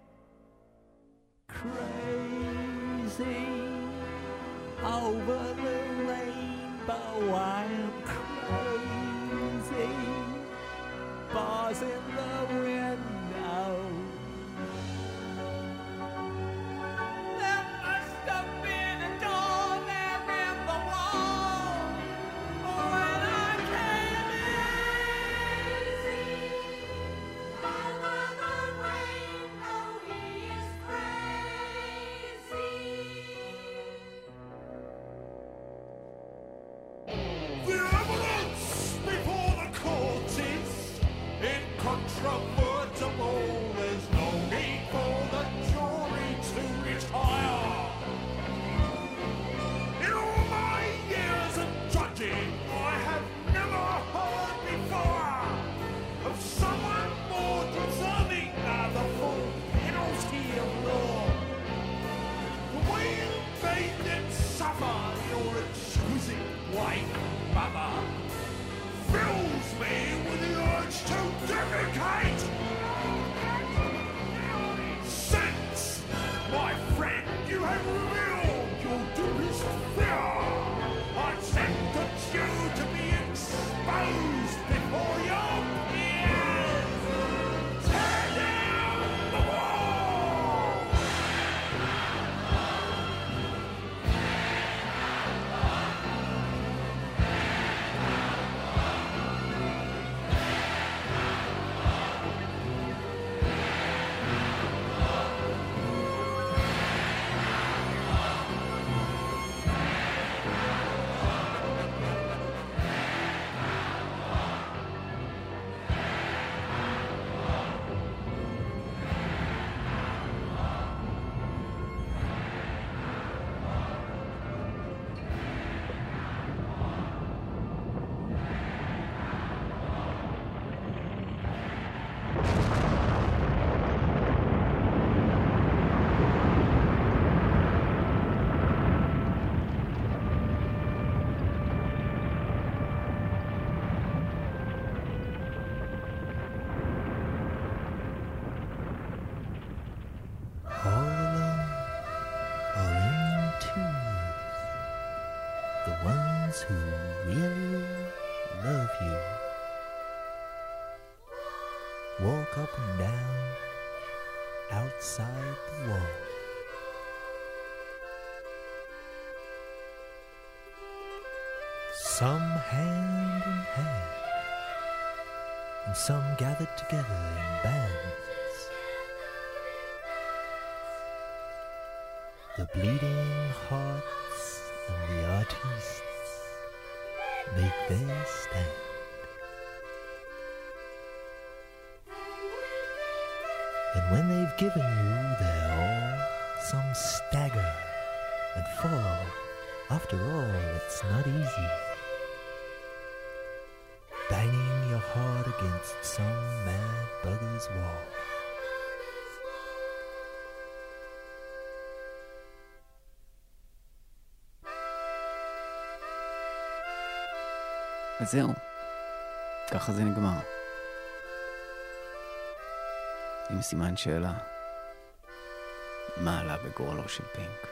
Crazy over the rainbow, I am crazy. Bars in the window. There must have been a door there in the wall when I came in. Over the rainbow, he is crazy. The evidence before the court is incontrovertible. There's no need for the jury to retire. In all my years of judging, I have never heard before of someone more deserving of the full penalty of law. The way you made them suffer, your exquisite wife, mother, fills me with the urge to defecate. Since, my friend, you have revealed your deepest fear, I sentence you to be exposed before your peers. Tear down the wall! All alone or in twos, the ones who really love you walk up and down outside the wall. Some hand in hand, and some gathered together in bands. The bleeding hearts and the artists make their stand. And when they've given you their all, some stagger and fall. After all, it's not easy. Banging your heart against some mad bugger's wall. אז זהו, ככה זה נגמר. עם סימן שאלה, מה עלה בגורלו של פינק?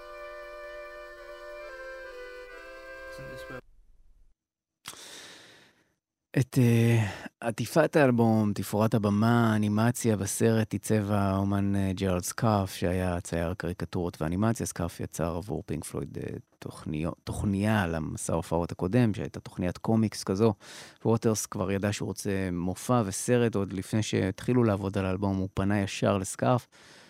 את uh, עטיפת האלבום, תפאורת הבמה, האנימציה בסרט עיצב האומן uh, ג'רלד סקארף, שהיה צייר קריקטורות ואנימציה. סקארף יצר עבור פינק פלויד uh, תוכניות, תוכניה למסע ההופעות הקודם, שהייתה תוכניית קומיקס כזו. ווטרס כבר ידע שהוא רוצה מופע וסרט, עוד לפני שהתחילו לעבוד על האלבום, הוא פנה ישר לסקארף,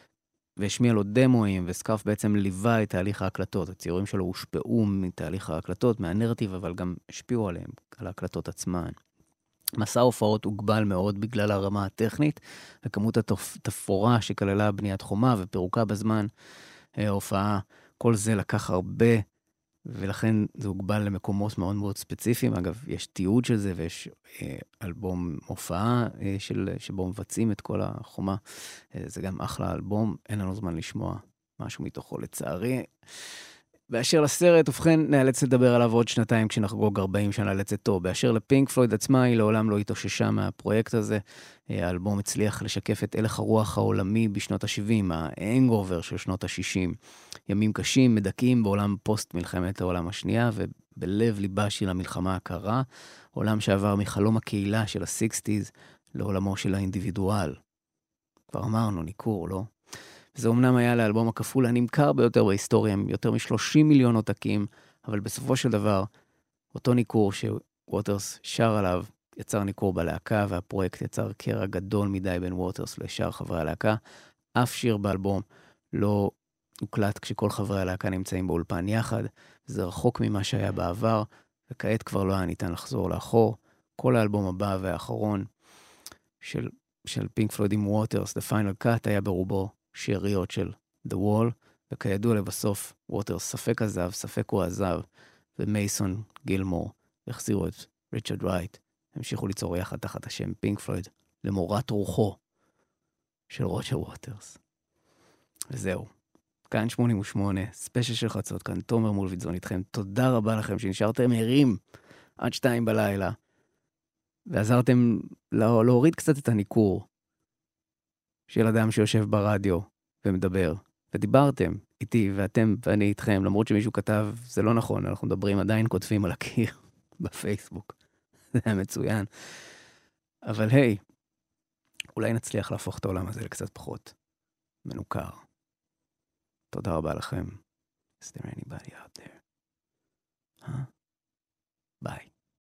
והשמיע לו דמואים, וסקארף בעצם ליווה את תהליך ההקלטות. הציורים שלו הושפעו מתהליך ההקלטות, מהנרטיב, אבל גם השפיעו עליהם, על ההקלטות עצמן. מסע ההופעות הוגבל מאוד בגלל הרמה הטכנית, וכמות התפאורה שכללה בניית חומה ופירוקה בזמן ההופעה, כל זה לקח הרבה, ולכן זה הוגבל למקומות מאוד מאוד ספציפיים. אגב, יש תיעוד של זה, ויש אה, אלבום הופעה אה, של, שבו מבצעים את כל החומה. אה, זה גם אחלה אלבום, אין לנו זמן לשמוע משהו מתוכו לצערי. באשר לסרט, ובכן, נאלץ לדבר עליו עוד שנתיים כשנחגוג ארבעים שנה לצאתו. באשר לפינק פלויד עצמה, היא לעולם לא התאוששה מהפרויקט הזה. האלבום הצליח לשקף את הלך הרוח העולמי בשנות ה-שבעים, ההנגאובר של שנות ה-שישים. ימים קשים, מדכאים בעולם פוסט מלחמת העולם השנייה, ובלב ליבה של המלחמה הקרה, עולם שעבר מחלום הקהילה של ה-סיקסטיז לעולמו של האינדיבידואל. כבר אמרנו, ניכור, לא? זה אומנם היה לאלבום הכפול הנמכר ביותר בהיסטוריה, עם יותר מ-שלושים מיליון עותקים, אבל בסופו של דבר, אותו ניכור שווטרס שר עליו, יצר ניכור בלהקה, והפרויקט יצר קרע גדול מדי בין ווטרס לשאר חברי הלהקה. אף שיר באלבום לא הוקלט כשכל חברי הלהקה נמצאים באולפן יחד, זה רחוק ממה שהיה בעבר, וכעת כבר לא היה ניתן לחזור לאחור. כל האלבום הבא והאחרון של, של פינק פלויד עם ווטרס, The Final Cut, היה ברובו שאריות של The Wall, וכידוע לבסוף, ווטרס ספק עזב, ספק הוא עזב, ומייסון גילמור החזירו את ריצ'רד רייט, המשיכו ליצור יחד תחת השם פינק פלויד, למורת רוחו של רוג'ר ווטרס. וזהו. כאן שמונים ושמונה, ספיישל של חצות, כאן תומר מולביטזון איתכם. תודה רבה לכם שנשארתם ערים עד שתיים בלילה, ועזרתם לה, להוריד קצת את הניכור של אדם שיושב ברדיו ומדבר. ודיברתם איתי ואתם ואני איתכם, למרות שמישהו כתב, זה לא נכון, אנחנו מדברים, עדיין כותבים על הקיר בפייסבוק. זה היה מצוין. אבל היי, אולי נצליח להפוך את העולם הזה לקצת פחות מנוכר. תודה רבה לכם. Is there anybody out there? Huh? Bye.